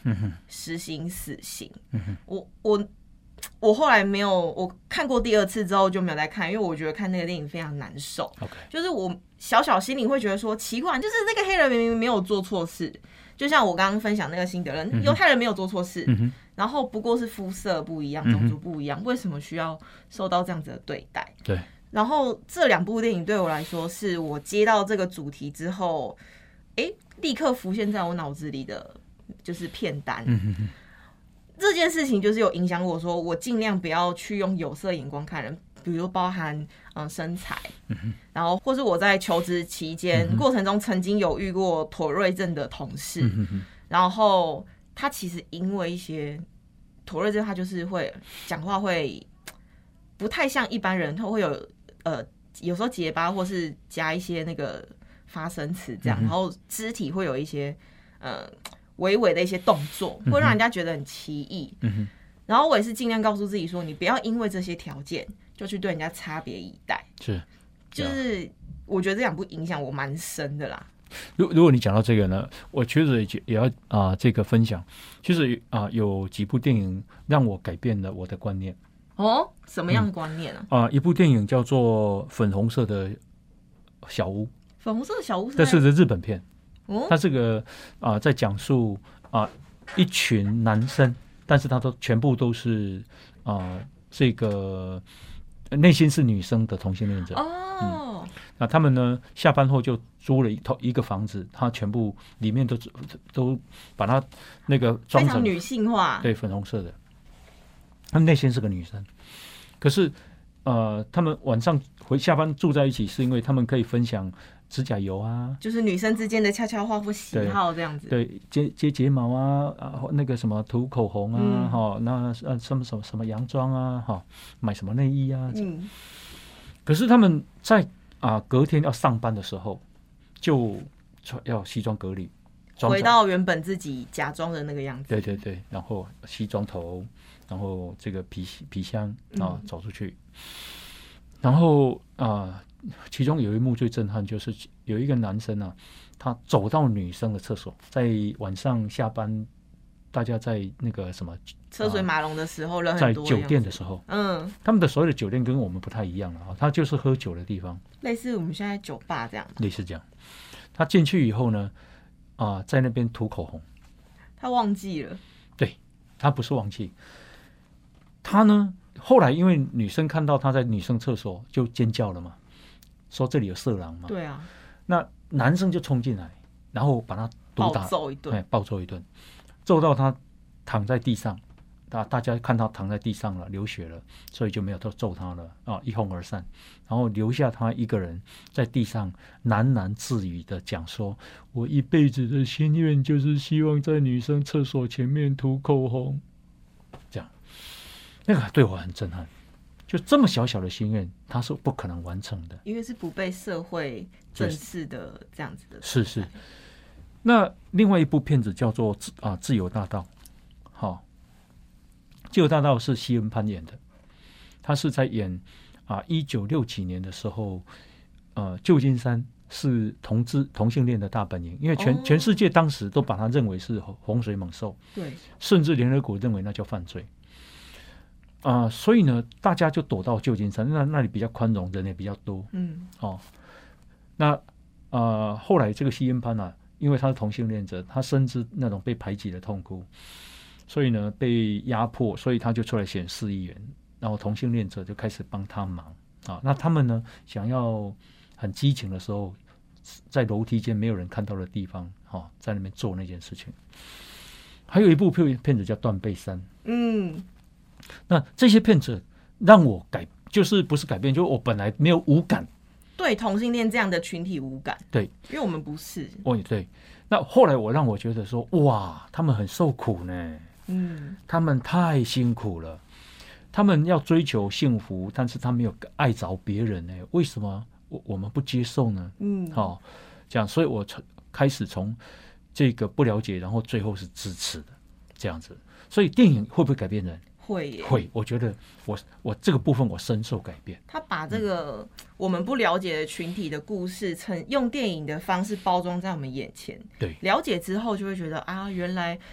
B: 实行死刑。
A: 嗯、
B: 我我我后来没有，我看过第二次之后就没有再看，因为我觉得看那个电影非常难受。
A: Okay.
B: 就是我小小心里会觉得说奇怪，就是那个黑人明明没有做错事，就像我刚刚分享那个辛德勒，犹太人没有做错事，嗯、然后不过是肤色不一样、种族不一样，嗯、为什么需要受到这样子的对待？
A: 对。
B: 然后这两部电影对我来说，是我接到这个主题之后，哎，立刻浮现在我脑子里的就是片单。
A: 嗯、
B: 这件事情就是有影响我说，我尽量不要去用有色眼光看人，比如包含嗯身材，嗯、然后或是我在求职期间、嗯、过程中曾经有遇过妥瑞症的同事，嗯、然后他其实因为一些妥瑞症，他就是会讲话会不太像一般人，他会有。呃，有时候结巴或是加一些那个发声词这样，嗯、然后肢体会有一些呃微微的一些动作，会让人家觉得很奇异。嗯、然后我也是尽量告诉自己说，你不要因为这些条件就去对人家差别以待。
A: 是，
B: 就是我觉得这两部影响我蛮深的啦。
A: 如如果你讲到这个呢，我确实也要啊、呃、这个分享，其实啊、呃、有几部电影让我改变了我的观念。
B: 哦，什么样的观念啊？
A: 啊、嗯呃，一部电影叫做《粉红色的小屋》。
B: 粉红色的小屋是？
A: 这是日本片。
B: 哦，
A: 它这个啊、呃，在讲述啊、呃、一群男生，但是他都全部都是啊、呃、这个内心是女生的同性恋者。
B: 哦、嗯，
A: 那他们呢下班后就租了一套一个房子，他全部里面都都把它那个装成
B: 非常女性化，
A: 对，粉红色的。他们内心是个女生，可是，呃，他们晚上回下班住在一起，是因为他们可以分享指甲油啊，
B: 就是女生之间的悄悄话或喜好这样子。
A: 对，接接睫毛啊，啊，那个什么涂口红啊，哈、嗯，那呃什么什么什么洋装啊，哈，买什么内衣啊。嗯。可是他们在啊、呃、隔天要上班的时候，就要西装革履，
B: 回到原本自己假装的那个样子。
A: 对对对，然后西装头。然后这个皮皮箱啊走出去，嗯、然后啊、呃，其中有一幕最震撼，就是有一个男生啊，他走到女生的厕所，在晚上下班，大家在那个什么
B: 车水马龙的时候，人
A: 很多，在酒店的时候，
B: 嗯，
A: 他们的所有的酒店跟我们不太一样了啊，他就是喝酒的地方，
B: 类似我们现在酒吧这样，
A: 类似这样。他进去以后呢，啊、呃，在那边涂口红，
B: 他忘记了，
A: 对他不是忘记。他呢？后来因为女生看到他在女生厕所就尖叫了嘛，说这里有色狼嘛。
B: 对啊。
A: 那男生就冲进来，然后把他毒打，
B: 暴揍一顿，
A: 哎，暴揍一顿，揍到他躺在地上。大大家看他躺在地上了，流血了，所以就没有再揍他了啊，一哄而散。然后留下他一个人在地上喃喃自语的讲说：“我一辈子的心愿就是希望在女生厕所前面涂口红。”这样。那个对我很震撼，就这么小小的心愿，他是不可能完成的，
B: 因为是不被社会正视的这样子的。
A: 是是。那另外一部片子叫做《啊自由大道》，好、哦，《自由大道》是西恩潘演的，他是在演啊一九六几年的时候，呃，旧金山是同志同性恋的大本营，因为全、哦、全世界当时都把它认为是洪水猛兽，
B: 对，甚
A: 至联合国认为那叫犯罪。啊、呃，所以呢，大家就躲到旧金山，那那里比较宽容，人也比较多。嗯，哦，那呃，后来这个西恩潘啊，因为他是同性恋者，他深知那种被排挤的痛苦，所以呢，被压迫，所以他就出来选市议员，然后同性恋者就开始帮他忙啊。那他们呢，想要很激情的时候，在楼梯间没有人看到的地方，哈、哦，在那边做那件事情。还有一部片片子叫《断背山》，嗯。那这些片子让我改，就是不是改变，就是我本来没有无感，
B: 对同性恋这样的群体无感，
A: 对，
B: 因为我们不是。
A: 哦，对。那后来我让我觉得说，哇，他们很受苦呢，嗯，他们太辛苦了，他们要追求幸福，但是他没有爱着别人呢，为什么我我们不接受呢？嗯，好、哦，这样，所以我开始从这个不了解，然后最后是支持的，这样子。所以电影会不会改变人？
B: 会耶，
A: 会，我觉得我我这个部分我深受改变。
B: 他把这个我们不了解的群体的故事，曾用电影的方式包装在我们眼前。
A: 对，
B: 了解之后就会觉得啊，原来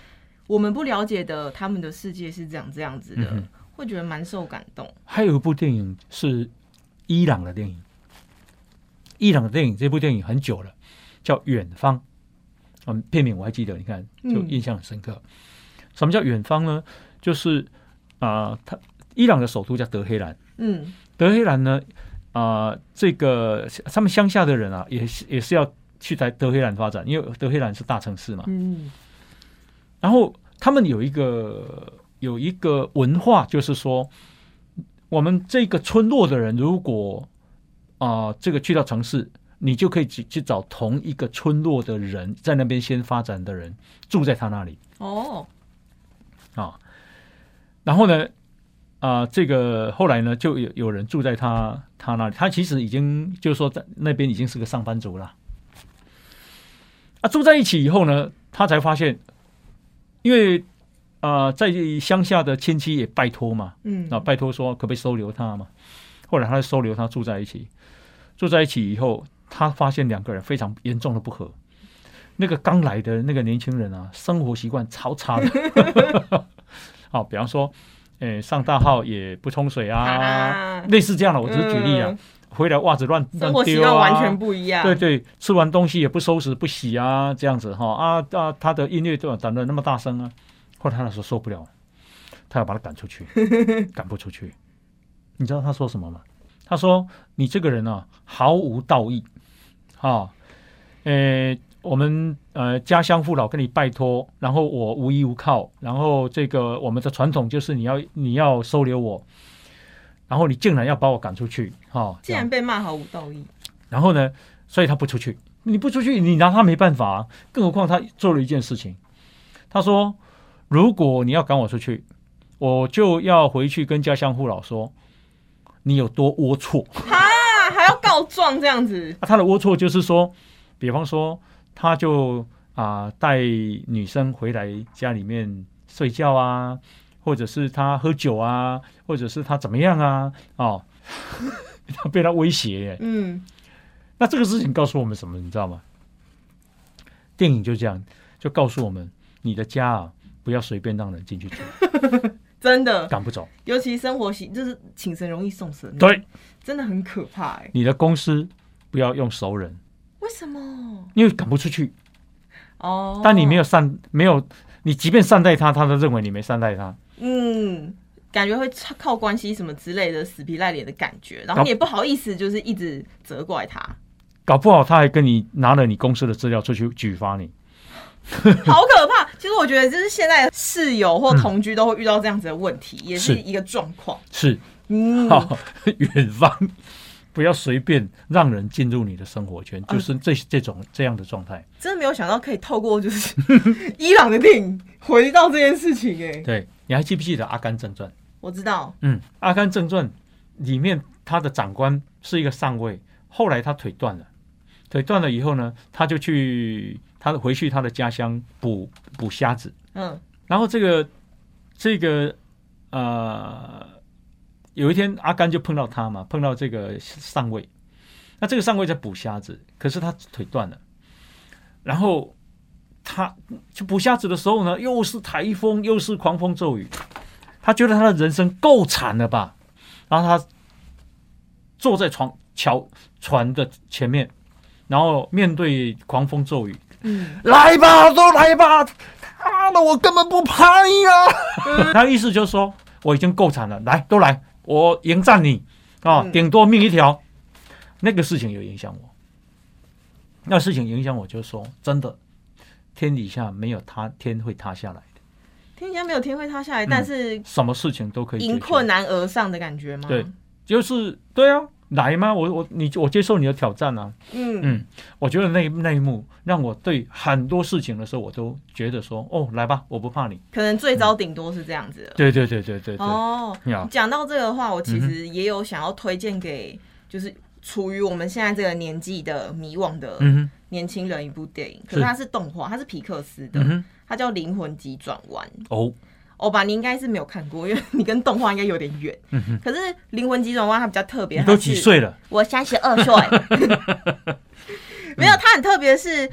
B: 我们不了解的他们的世界是这样这样子的，
A: 嗯、
B: 会觉得蛮受感动。
A: 还有一部电影是伊朗的电影，伊朗的电影这部电影很久了，叫《远方》。嗯，片名我还记得，你看就印象很深刻。嗯、什么叫远方呢？就是啊、呃，他伊朗的首都叫德黑兰。嗯，德黑兰呢，啊、呃，这个他们乡下的人啊，也是也是要去在德黑兰发展，因为德黑兰是大城市嘛。嗯，然后他们有一个有一个文化，就是说，我们这个村落的人，如果啊、呃，这个去到城市。你就可以去去找同一个村落的人，在那边先发展的人住在他那里哦，啊，然后呢，啊、呃，这个后来呢，就有有人住在他他那里，他其实已经就是说在那边已经是个上班族了，啊，住在一起以后呢，他才发现，因为啊、呃，在乡下的亲戚也拜托嘛，嗯，啊，拜托说可不可以收留他嘛，后来他就收留他住在一起，住在一起以后。他发现两个人非常严重的不合，那个刚来的那个年轻人啊，生活习惯超差的。好，比方说，诶、欸，上大号也不冲水啊，啊类似这样的，我只是举例啊。嗯、回来袜子乱乱丢啊，生活习惯
B: 完全不一样。
A: 对对，吃完东西也不收拾不洗啊，这样子哈啊啊，他的音乐就打得那么大声啊，后来他那时候受不了，他要把他赶出去，赶不出去。你知道他说什么吗？他说：“你这个人啊，毫无道义。”啊，呃，我们呃家乡父老跟你拜托，然后我无依无靠，然后这个我们的传统就是你要你要收留我，然后你竟然要把我赶出去，哈、哦，
B: 竟然被骂毫无道义。
A: 然后呢，所以他不出去，你不出去，你拿他没办法、啊，更何况他做了一件事情，他说：如果你要赶我出去，我就要回去跟家乡父老说，你有多龌龊。
B: 还要告状这样子、
A: 啊、他的龌龊就是说，比方说他就啊带女生回来家里面睡觉啊，或者是他喝酒啊，或者是他怎么样啊，哦，他被他威胁耶。嗯，那这个事情告诉我们什么，你知道吗？电影就这样，就告诉我们，你的家啊，不要随便让人进去住。
B: 真的
A: 赶不走，
B: 尤其生活习就是请神容易送神，
A: 对，
B: 真的很可怕哎。
A: 你的公司不要用熟人，
B: 为什么？
A: 因为赶不出去
B: 哦。
A: 但你没有善，没有你，即便善待他，他都认为你没善待他。
B: 嗯，感觉会靠关系什么之类的死皮赖脸的感觉，然后你也不好意思，就是一直责怪他。
A: 搞不好他还跟你拿了你公司的资料出去举发你。
B: 好可怕！其实我觉得，就是现在室友或同居都会遇到这样子的问题，嗯、也是一个状况。
A: 是，嗯，好，远方不要随便让人进入你的生活圈，嗯、就是这这种这样的状态。
B: 真的没有想到可以透过就是伊朗的电影回到这件事情、欸，哎，
A: 对，你还记不记得《阿甘正传》？
B: 我知道，
A: 嗯，《阿甘正传》里面他的长官是一个上尉，后来他腿断了，腿断了以后呢，他就去。他回去他的家乡捕捕虾子，嗯，然后这个这个呃，有一天阿甘就碰到他嘛，碰到这个上尉，那这个上尉在捕虾子，可是他腿断了，然后他去捕虾子的时候呢，又是台风，又是狂风骤雨，他觉得他的人生够惨了吧，然后他坐在船桥船的前面，然后面对狂风骤雨。嗯，来吧，都来吧！他的我根本不怕你啊！他意思就是说，我已经够惨了，来，都来，我迎战你啊！嗯、顶多命一条。那个事情有影响我，那事情影响我，就是说，真的，天底下没有塌天会塌下来的。
B: 天底下没有天会塌下来，嗯、但是
A: 什么事情都可以
B: 迎困难而上的感觉吗？
A: 对，就是对啊。来吗？我我你我接受你的挑战啊！嗯嗯，我觉得那那一幕让我对很多事情的时候，我都觉得说，哦，来吧，我不怕你。
B: 可能最糟顶多是这样子的、嗯。
A: 对对对对对对。
B: 哦，讲到这个的话，我其实也有想要推荐给，就是处于我们现在这个年纪的迷惘的年轻人一部电影。嗯、可是它是动画，它是皮克斯的，嗯、它叫《灵魂急转弯》。哦。欧巴，你应该是没有看过，因为你跟动画应该有点远。嗯、可是《灵魂急转弯》它比较特别，
A: 你都几岁了？
B: 我三十二岁。没有，它很特别的是，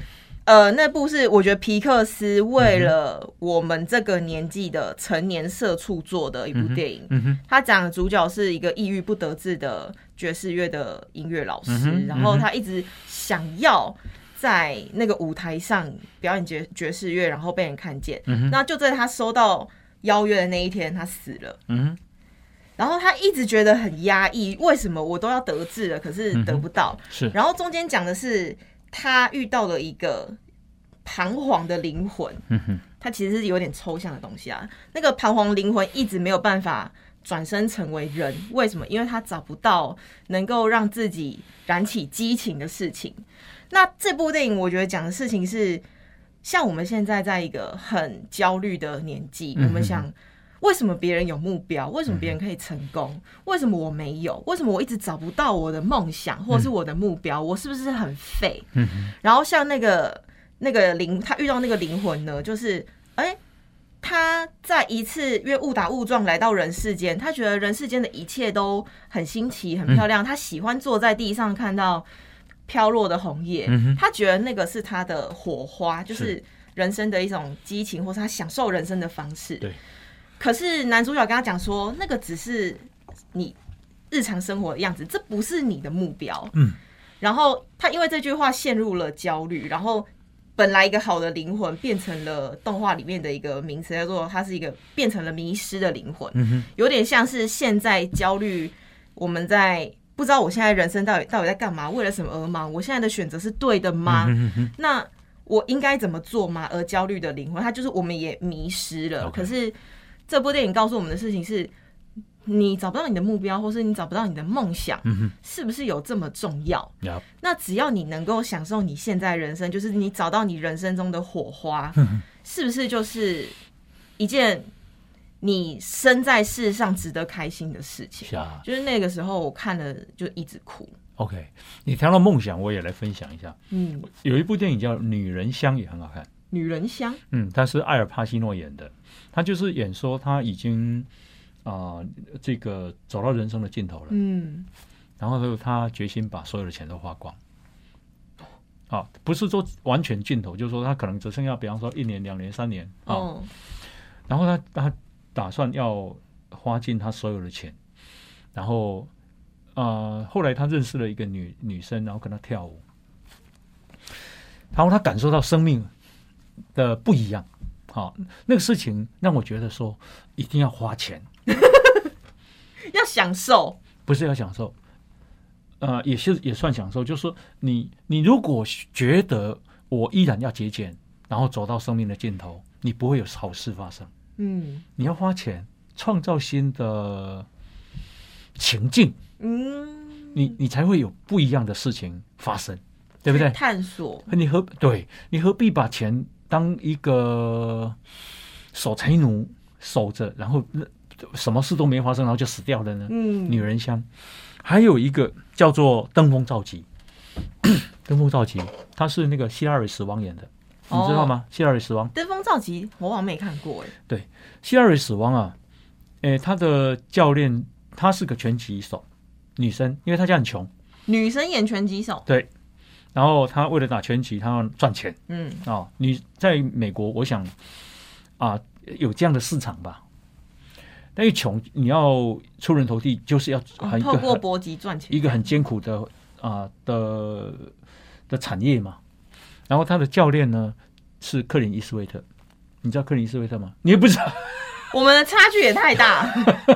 B: 呃，那部是我觉得皮克斯为了我们这个年纪的成年社畜做的一部电影。嗯嗯、他讲的主角是一个抑郁不得志的爵士乐的音乐老师，嗯、然后他一直想要在那个舞台上表演爵爵士乐，然后被人看见。嗯、那就在他收到邀约的那一天，他死了。嗯、然后他一直觉得很压抑，为什么我都要得志了，可是得不到？嗯、是。然后中间讲的是他遇到了一个彷徨的灵魂。嗯、他其实是有点抽象的东西啊。那个彷徨灵魂一直没有办法转身成为人，为什么？因为他找不到能够让自己燃起激情的事情。那这部电影我觉得讲的事情是，像我们现在在一个很焦虑的年纪，嗯、我们想为什么别人有目标，为什么别人可以成功，嗯、为什么我没有，为什么我一直找不到我的梦想或是我的目标，嗯、我是不是很废？嗯、然后像那个那个灵，他遇到那个灵魂呢，就是哎。欸他在一次因为误打误撞来到人世间，他觉得人世间的一切都很新奇、很漂亮。嗯、他喜欢坐在地上看到飘落的红叶，嗯、他觉得那个是他的火花，就是人生的一种激情，或是他享受人生的方式。对。可是男主角跟他讲说，那个只是你日常生活的样子，这不是你的目标。嗯。然后他因为这句话陷入了焦虑，然后。本来一个好的灵魂变成了动画里面的一个名词，叫做它是一个变成了迷失的灵魂，嗯、有点像是现在焦虑，我们在不知道我现在人生到底到底在干嘛，为了什么而忙，我现在的选择是对的吗？嗯、那我应该怎么做吗？而焦虑的灵魂，它就是我们也迷失了。Okay. 可是这部电影告诉我们的事情是，你找不到你的目标，或是你找不到你的梦想，嗯、是不是有这么重要？ Yep. 那只要你能够享受你现在人生，就是你找到你人生中的火花，嗯、是不是就是一件你生在世上值得开心的事情？啊、就是那个时候我看了就一直哭。
A: OK， 你谈到梦想，我也来分享一下。嗯，有一部电影叫《女人香》，也很好看。
B: 女人香，
A: 嗯，他是艾尔帕西诺演的，他就是演说他已经。啊、呃，这个走到人生的尽头了，嗯，然后他决心把所有的钱都花光，啊，不是说完全尽头，就是说他可能只剩下，比方说一年、两年、三年啊，哦、然后他他打算要花尽他所有的钱，然后啊、呃，后来他认识了一个女女生，然后跟他跳舞，然后他感受到生命的不一样，好、啊，那个事情让我觉得说一定要花钱。
B: 要享受，
A: 不是要享受，呃，也是也算享受。就是说你，你如果觉得我依然要节俭，然后走到生命的尽头，你不会有好事发生。嗯，你要花钱创造新的情境，嗯，你你才会有不一样的事情发生，对不对？
B: 探索，
A: 你何对你何必把钱当一个守财奴守着，然后什么事都没发生，然后就死掉了呢？嗯，女人香。还有一个叫做登峰造极，登峰造极，他是那个希拉里死亡演的，你知道吗？哦、希拉里死亡，
B: 登峰造极，我好像没看过哎。
A: 对，希拉里死亡啊，诶，他的教练他是个拳击手，女生，因为他家很穷，
B: 女生演拳击手，
A: 对。然后他为了打拳击，他要赚钱，嗯啊、哦，你在美国，我想啊，有这样的市场吧。但是穷，你要出人头地，就是要很、
B: 哦、透过搏击赚钱，
A: 一个很艰苦的啊、呃、的的产业嘛。然后他的教练呢是克林伊斯威特，你知道克林伊斯威特吗？你也不知道，
B: 我们的差距也太大。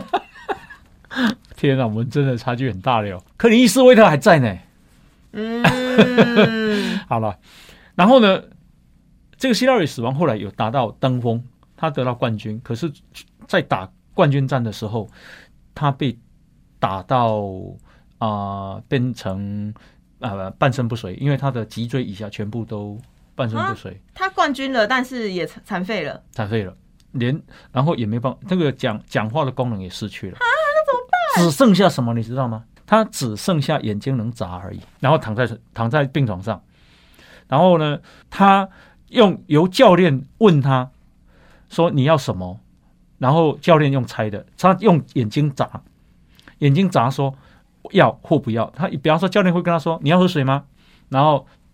A: 天哪，我们真的差距很大了哟！克林伊斯威特还在呢。嗯，好了，然后呢，这个希拉里死亡后来有达到登峰，他得到冠军，可是，在打冠军战的时候，他被打到啊、呃，变成啊、呃、半身不遂，因为他的脊椎以下全部都半身不遂。啊、
B: 他冠军了，但是也残废了，
A: 残废了，连然后也没办法，那个讲讲话的功能也失去了
B: 啊，那怎么办？
A: 只剩下什么，你知道吗？他只剩下眼睛能眨而已，然后躺在躺在病床上，然后呢，他用由教练问他说你要什么。然后教练用猜的，他用眼睛眨，眼睛眨说要或不要。他比方说教练会跟他说你要喝水吗？然后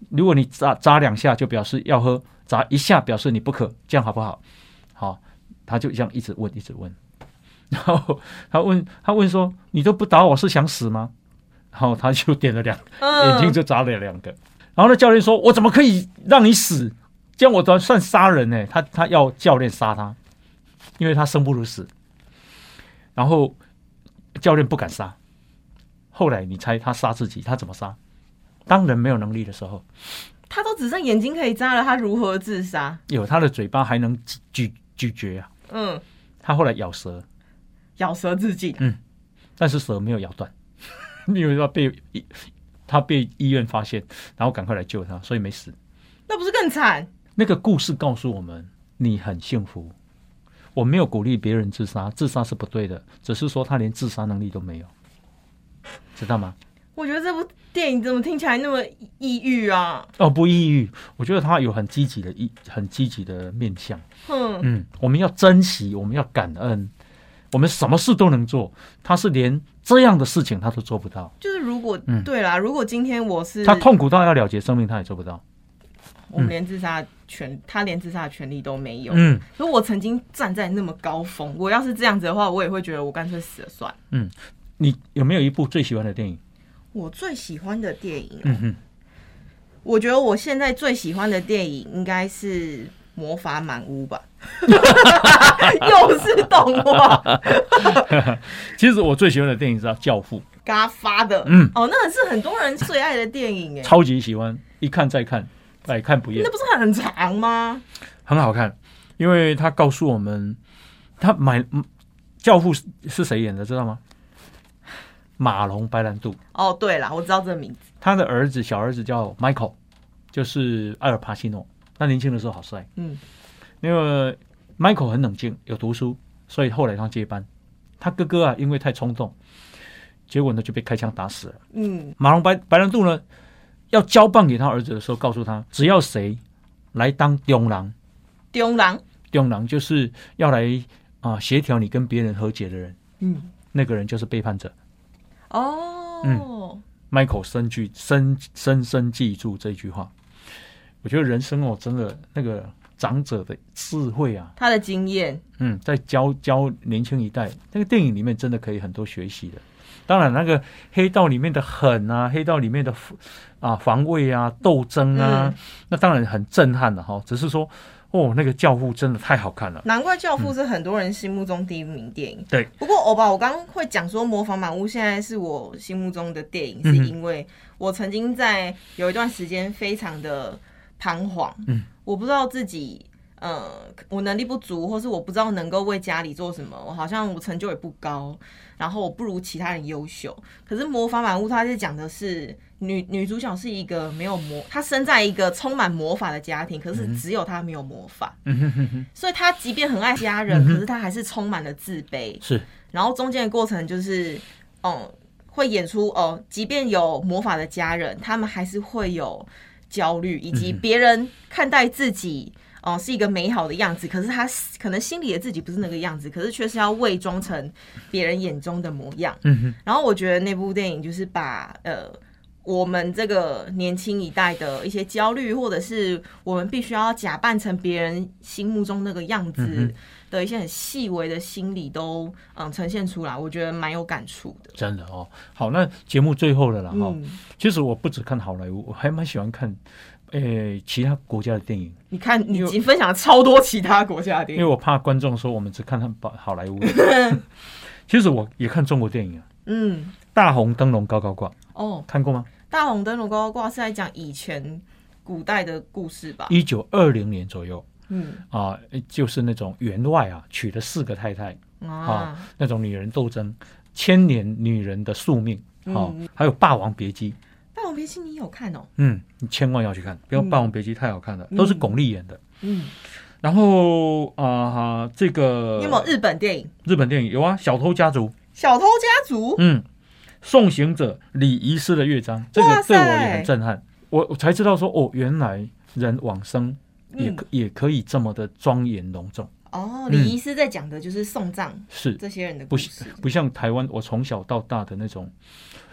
A: 如果你砸砸两下就表示要喝，砸一下表示你不渴，这样好不好？好，他就这样一直问，一直问。然后他问他问说：“你都不打我是想死吗？”然后他就点了两，嗯、眼睛就眨了两个。然后那教练说：“我怎么可以让你死？这样我算杀人呢、欸？”他他要教练杀他，因为他生不如死。然后教练不敢杀。后来你猜他杀自己，他怎么杀？当人没有能力的时候，
B: 他都只剩眼睛可以眨了，他如何自杀？
A: 有他的嘴巴还能咀咀嚼啊。
B: 嗯，
A: 他后来咬舌。
B: 咬舌自尽，
A: 嗯，但是舌没有咬断，因为他被他被医院发现，然后赶快来救他，所以没死。
B: 那不是更惨？
A: 那个故事告诉我们，你很幸福。我没有鼓励别人自杀，自杀是不对的，只是说他连自杀能力都没有，知道吗？
B: 我觉得这部电影怎么听起来那么抑郁啊？
A: 哦，不抑郁，我觉得他有很积极的、很积极的面向。嗯嗯，我们要珍惜，我们要感恩。我们什么事都能做，他是连这样的事情他都做不到。
B: 就是如果、嗯、对啦，如果今天我是
A: 他痛苦到要了结生命，他也做不到。
B: 我们连自杀权，嗯、他连自杀的权利都没有。嗯，如果我曾经站在那么高峰，我要是这样子的话，我也会觉得我干脆死了算了。
A: 嗯，你有没有一部最喜欢的电影？
B: 我最喜欢的电影、喔，嗯哼，我觉得我现在最喜欢的电影应该是。魔法满屋吧，又是动画。
A: 其实我最喜欢的电影是《教父》
B: ，Godfather，嗯，哦，那是很多人最爱的电影哎，
A: 超级喜欢，一看再看，百看不厌。
B: 那不是很长吗？
A: 很好看，因为他告诉我们，他买教父是谁演的，知道吗？马龙白兰度。
B: 哦，对啦，我知道这个名字。
A: 他的儿子，小儿子叫 Michael， 就是阿尔帕西诺。他年轻的时候好帅，嗯，因为 Michael 很冷静，有读书，所以后来他接班。他哥哥啊，因为太冲动，结果呢就被开枪打死了。嗯，马龙白白兰度呢要交棒给他儿子的时候，告诉他，只要谁来当中郎，
B: 中郎，
A: 中郎就是要来啊协调你跟别人和解的人，嗯，那个人就是背叛者。哦，嗯 ，Michael 深具深深深记住这句话。我觉得人生哦，真的那个长者的智慧啊，
B: 他的经验，
A: 嗯，在教教年轻一代，那个电影里面真的可以很多学习的。当然，那个黑道里面的狠啊，黑道里面的啊防卫啊、斗争啊，嗯、那当然很震撼的哈。只是说，哦，那个教父真的太好看了，
B: 难怪教父是很多人心目中第一名电影。嗯、
A: 对，
B: 不过欧巴，我刚刚会讲说《魔法满屋》现在是我心目中的电影，是因为我曾经在有一段时间非常的。彷徨，嗯，我不知道自己，呃，我能力不足，或是我不知道能够为家里做什么，我好像我成就也不高，然后我不如其他人优秀。可是《魔法满屋》它是讲的是女女主角是一个没有魔，她生在一个充满魔法的家庭，可是只有她没有魔法，嗯、所以她即便很爱家人，嗯、可是她还是充满了自卑。
A: 是，
B: 然后中间的过程就是，嗯，会演出哦，即便有魔法的家人，他们还是会有。焦虑，以及别人看待自己，哦、呃，是一个美好的样子，可是他可能心里的自己不是那个样子，可是却是要伪装成别人眼中的模样。嗯、然后我觉得那部电影就是把呃我们这个年轻一代的一些焦虑，或者是我们必须要假扮成别人心目中那个样子的一些很细微的心理都嗯呈现出来，我觉得蛮有感触的。
A: 真的哦，好，那节目最后了啦哈、嗯。其实我不只看好莱坞，我还蛮喜欢看诶、欸、其他国家的电影。
B: 你看，你已经分享了超多其他国家的电影，
A: 因为我怕观众说我们只看好莱坞。其实我也看中国电影啊。嗯，大红灯笼高高挂。哦，看过吗？
B: 大红灯笼高高挂是在讲以前古代的故事吧？
A: 一九二零年左右。嗯啊，就是那种员外啊，娶了四个太太啊，啊那种女人斗争，千年女人的宿命啊，嗯、还有《霸王别姬》。《
B: 霸王别姬》你有看哦？
A: 嗯，你千万要去看，因为《霸王别姬》太好看了，嗯、都是巩俐演的。嗯，然后啊、呃，这个
B: 你有没有日本电影？
A: 日本电影有啊，《小偷家族》。
B: 小偷家族，
A: 嗯，《送行者》李遗失的乐章，这个对我也很震撼。我我才知道说，哦，原来人往生。也可、嗯、也可以这么的庄严隆重
B: 哦。李医师在讲的就是送葬，是这些人的故事，
A: 不不像台湾，我从小到大的那种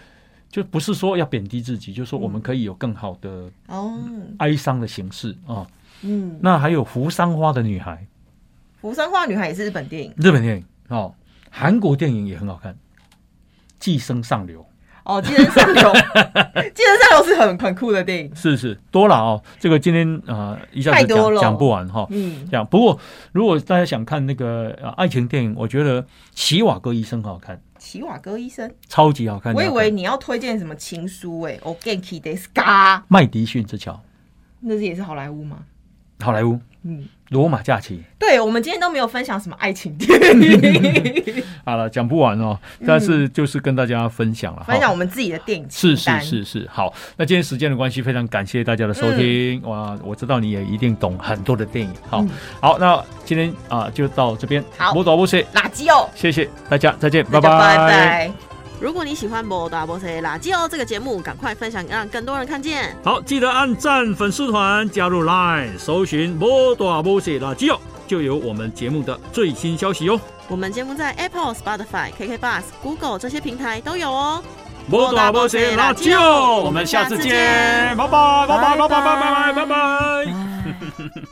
A: 就不是说要贬低自己，就是说我们可以有更好的哀伤的形式啊。嗯，那还有扶桑花的女孩，
B: 扶桑花女孩也是日本电影，
A: 日本电影哦，韩国电影也很好看，《寄生上流》。
B: 哦，寄生上流，寄生上流是很很酷的电影，
A: 是是多了哦。这个今天啊、呃、一下子讲讲不完哈、哦。嗯，这样。不过如果大家想看那个、呃、爱情电影，我觉得《奇瓦哥医生》好看。
B: 奇瓦哥医生
A: 超级好看。
B: 我以为你要推荐什么情书哎、欸，我 Genki desu ka
A: 麦迪逊之桥，
B: 那是也是好莱坞吗？
A: 好莱坞，嗯，罗马假期。
B: 对，我们今天都没有分享什么爱情电影。
A: 好了，讲不完哦，但是就是跟大家分享了、嗯，
B: 分享我们自己的电影
A: 是是是是。好，那今天时间的关系，非常感谢大家的收听。嗯、哇，我知道你也一定懂很多的电影。好，嗯、好，那今天啊、呃、就到这边。
B: 好，
A: 摩多波塞
B: 垃圾哦，
A: 谢谢大家，再见，拜拜
B: 拜拜。
C: 如果你喜欢《摩大波塞垃圾哦》这个节目，赶快分享，让更多人看见。
A: 好，记得按赞粉丝团，加入 Line， 搜寻“摩大波塞垃圾哦”，就有我们节目的最新消息哦。
C: 我们节目在 Apple、Spotify、K K Bus、Google 这些平台都有哦。
A: 摩大波塞垃圾哦，我们下次见，拜拜拜拜拜拜拜拜拜拜。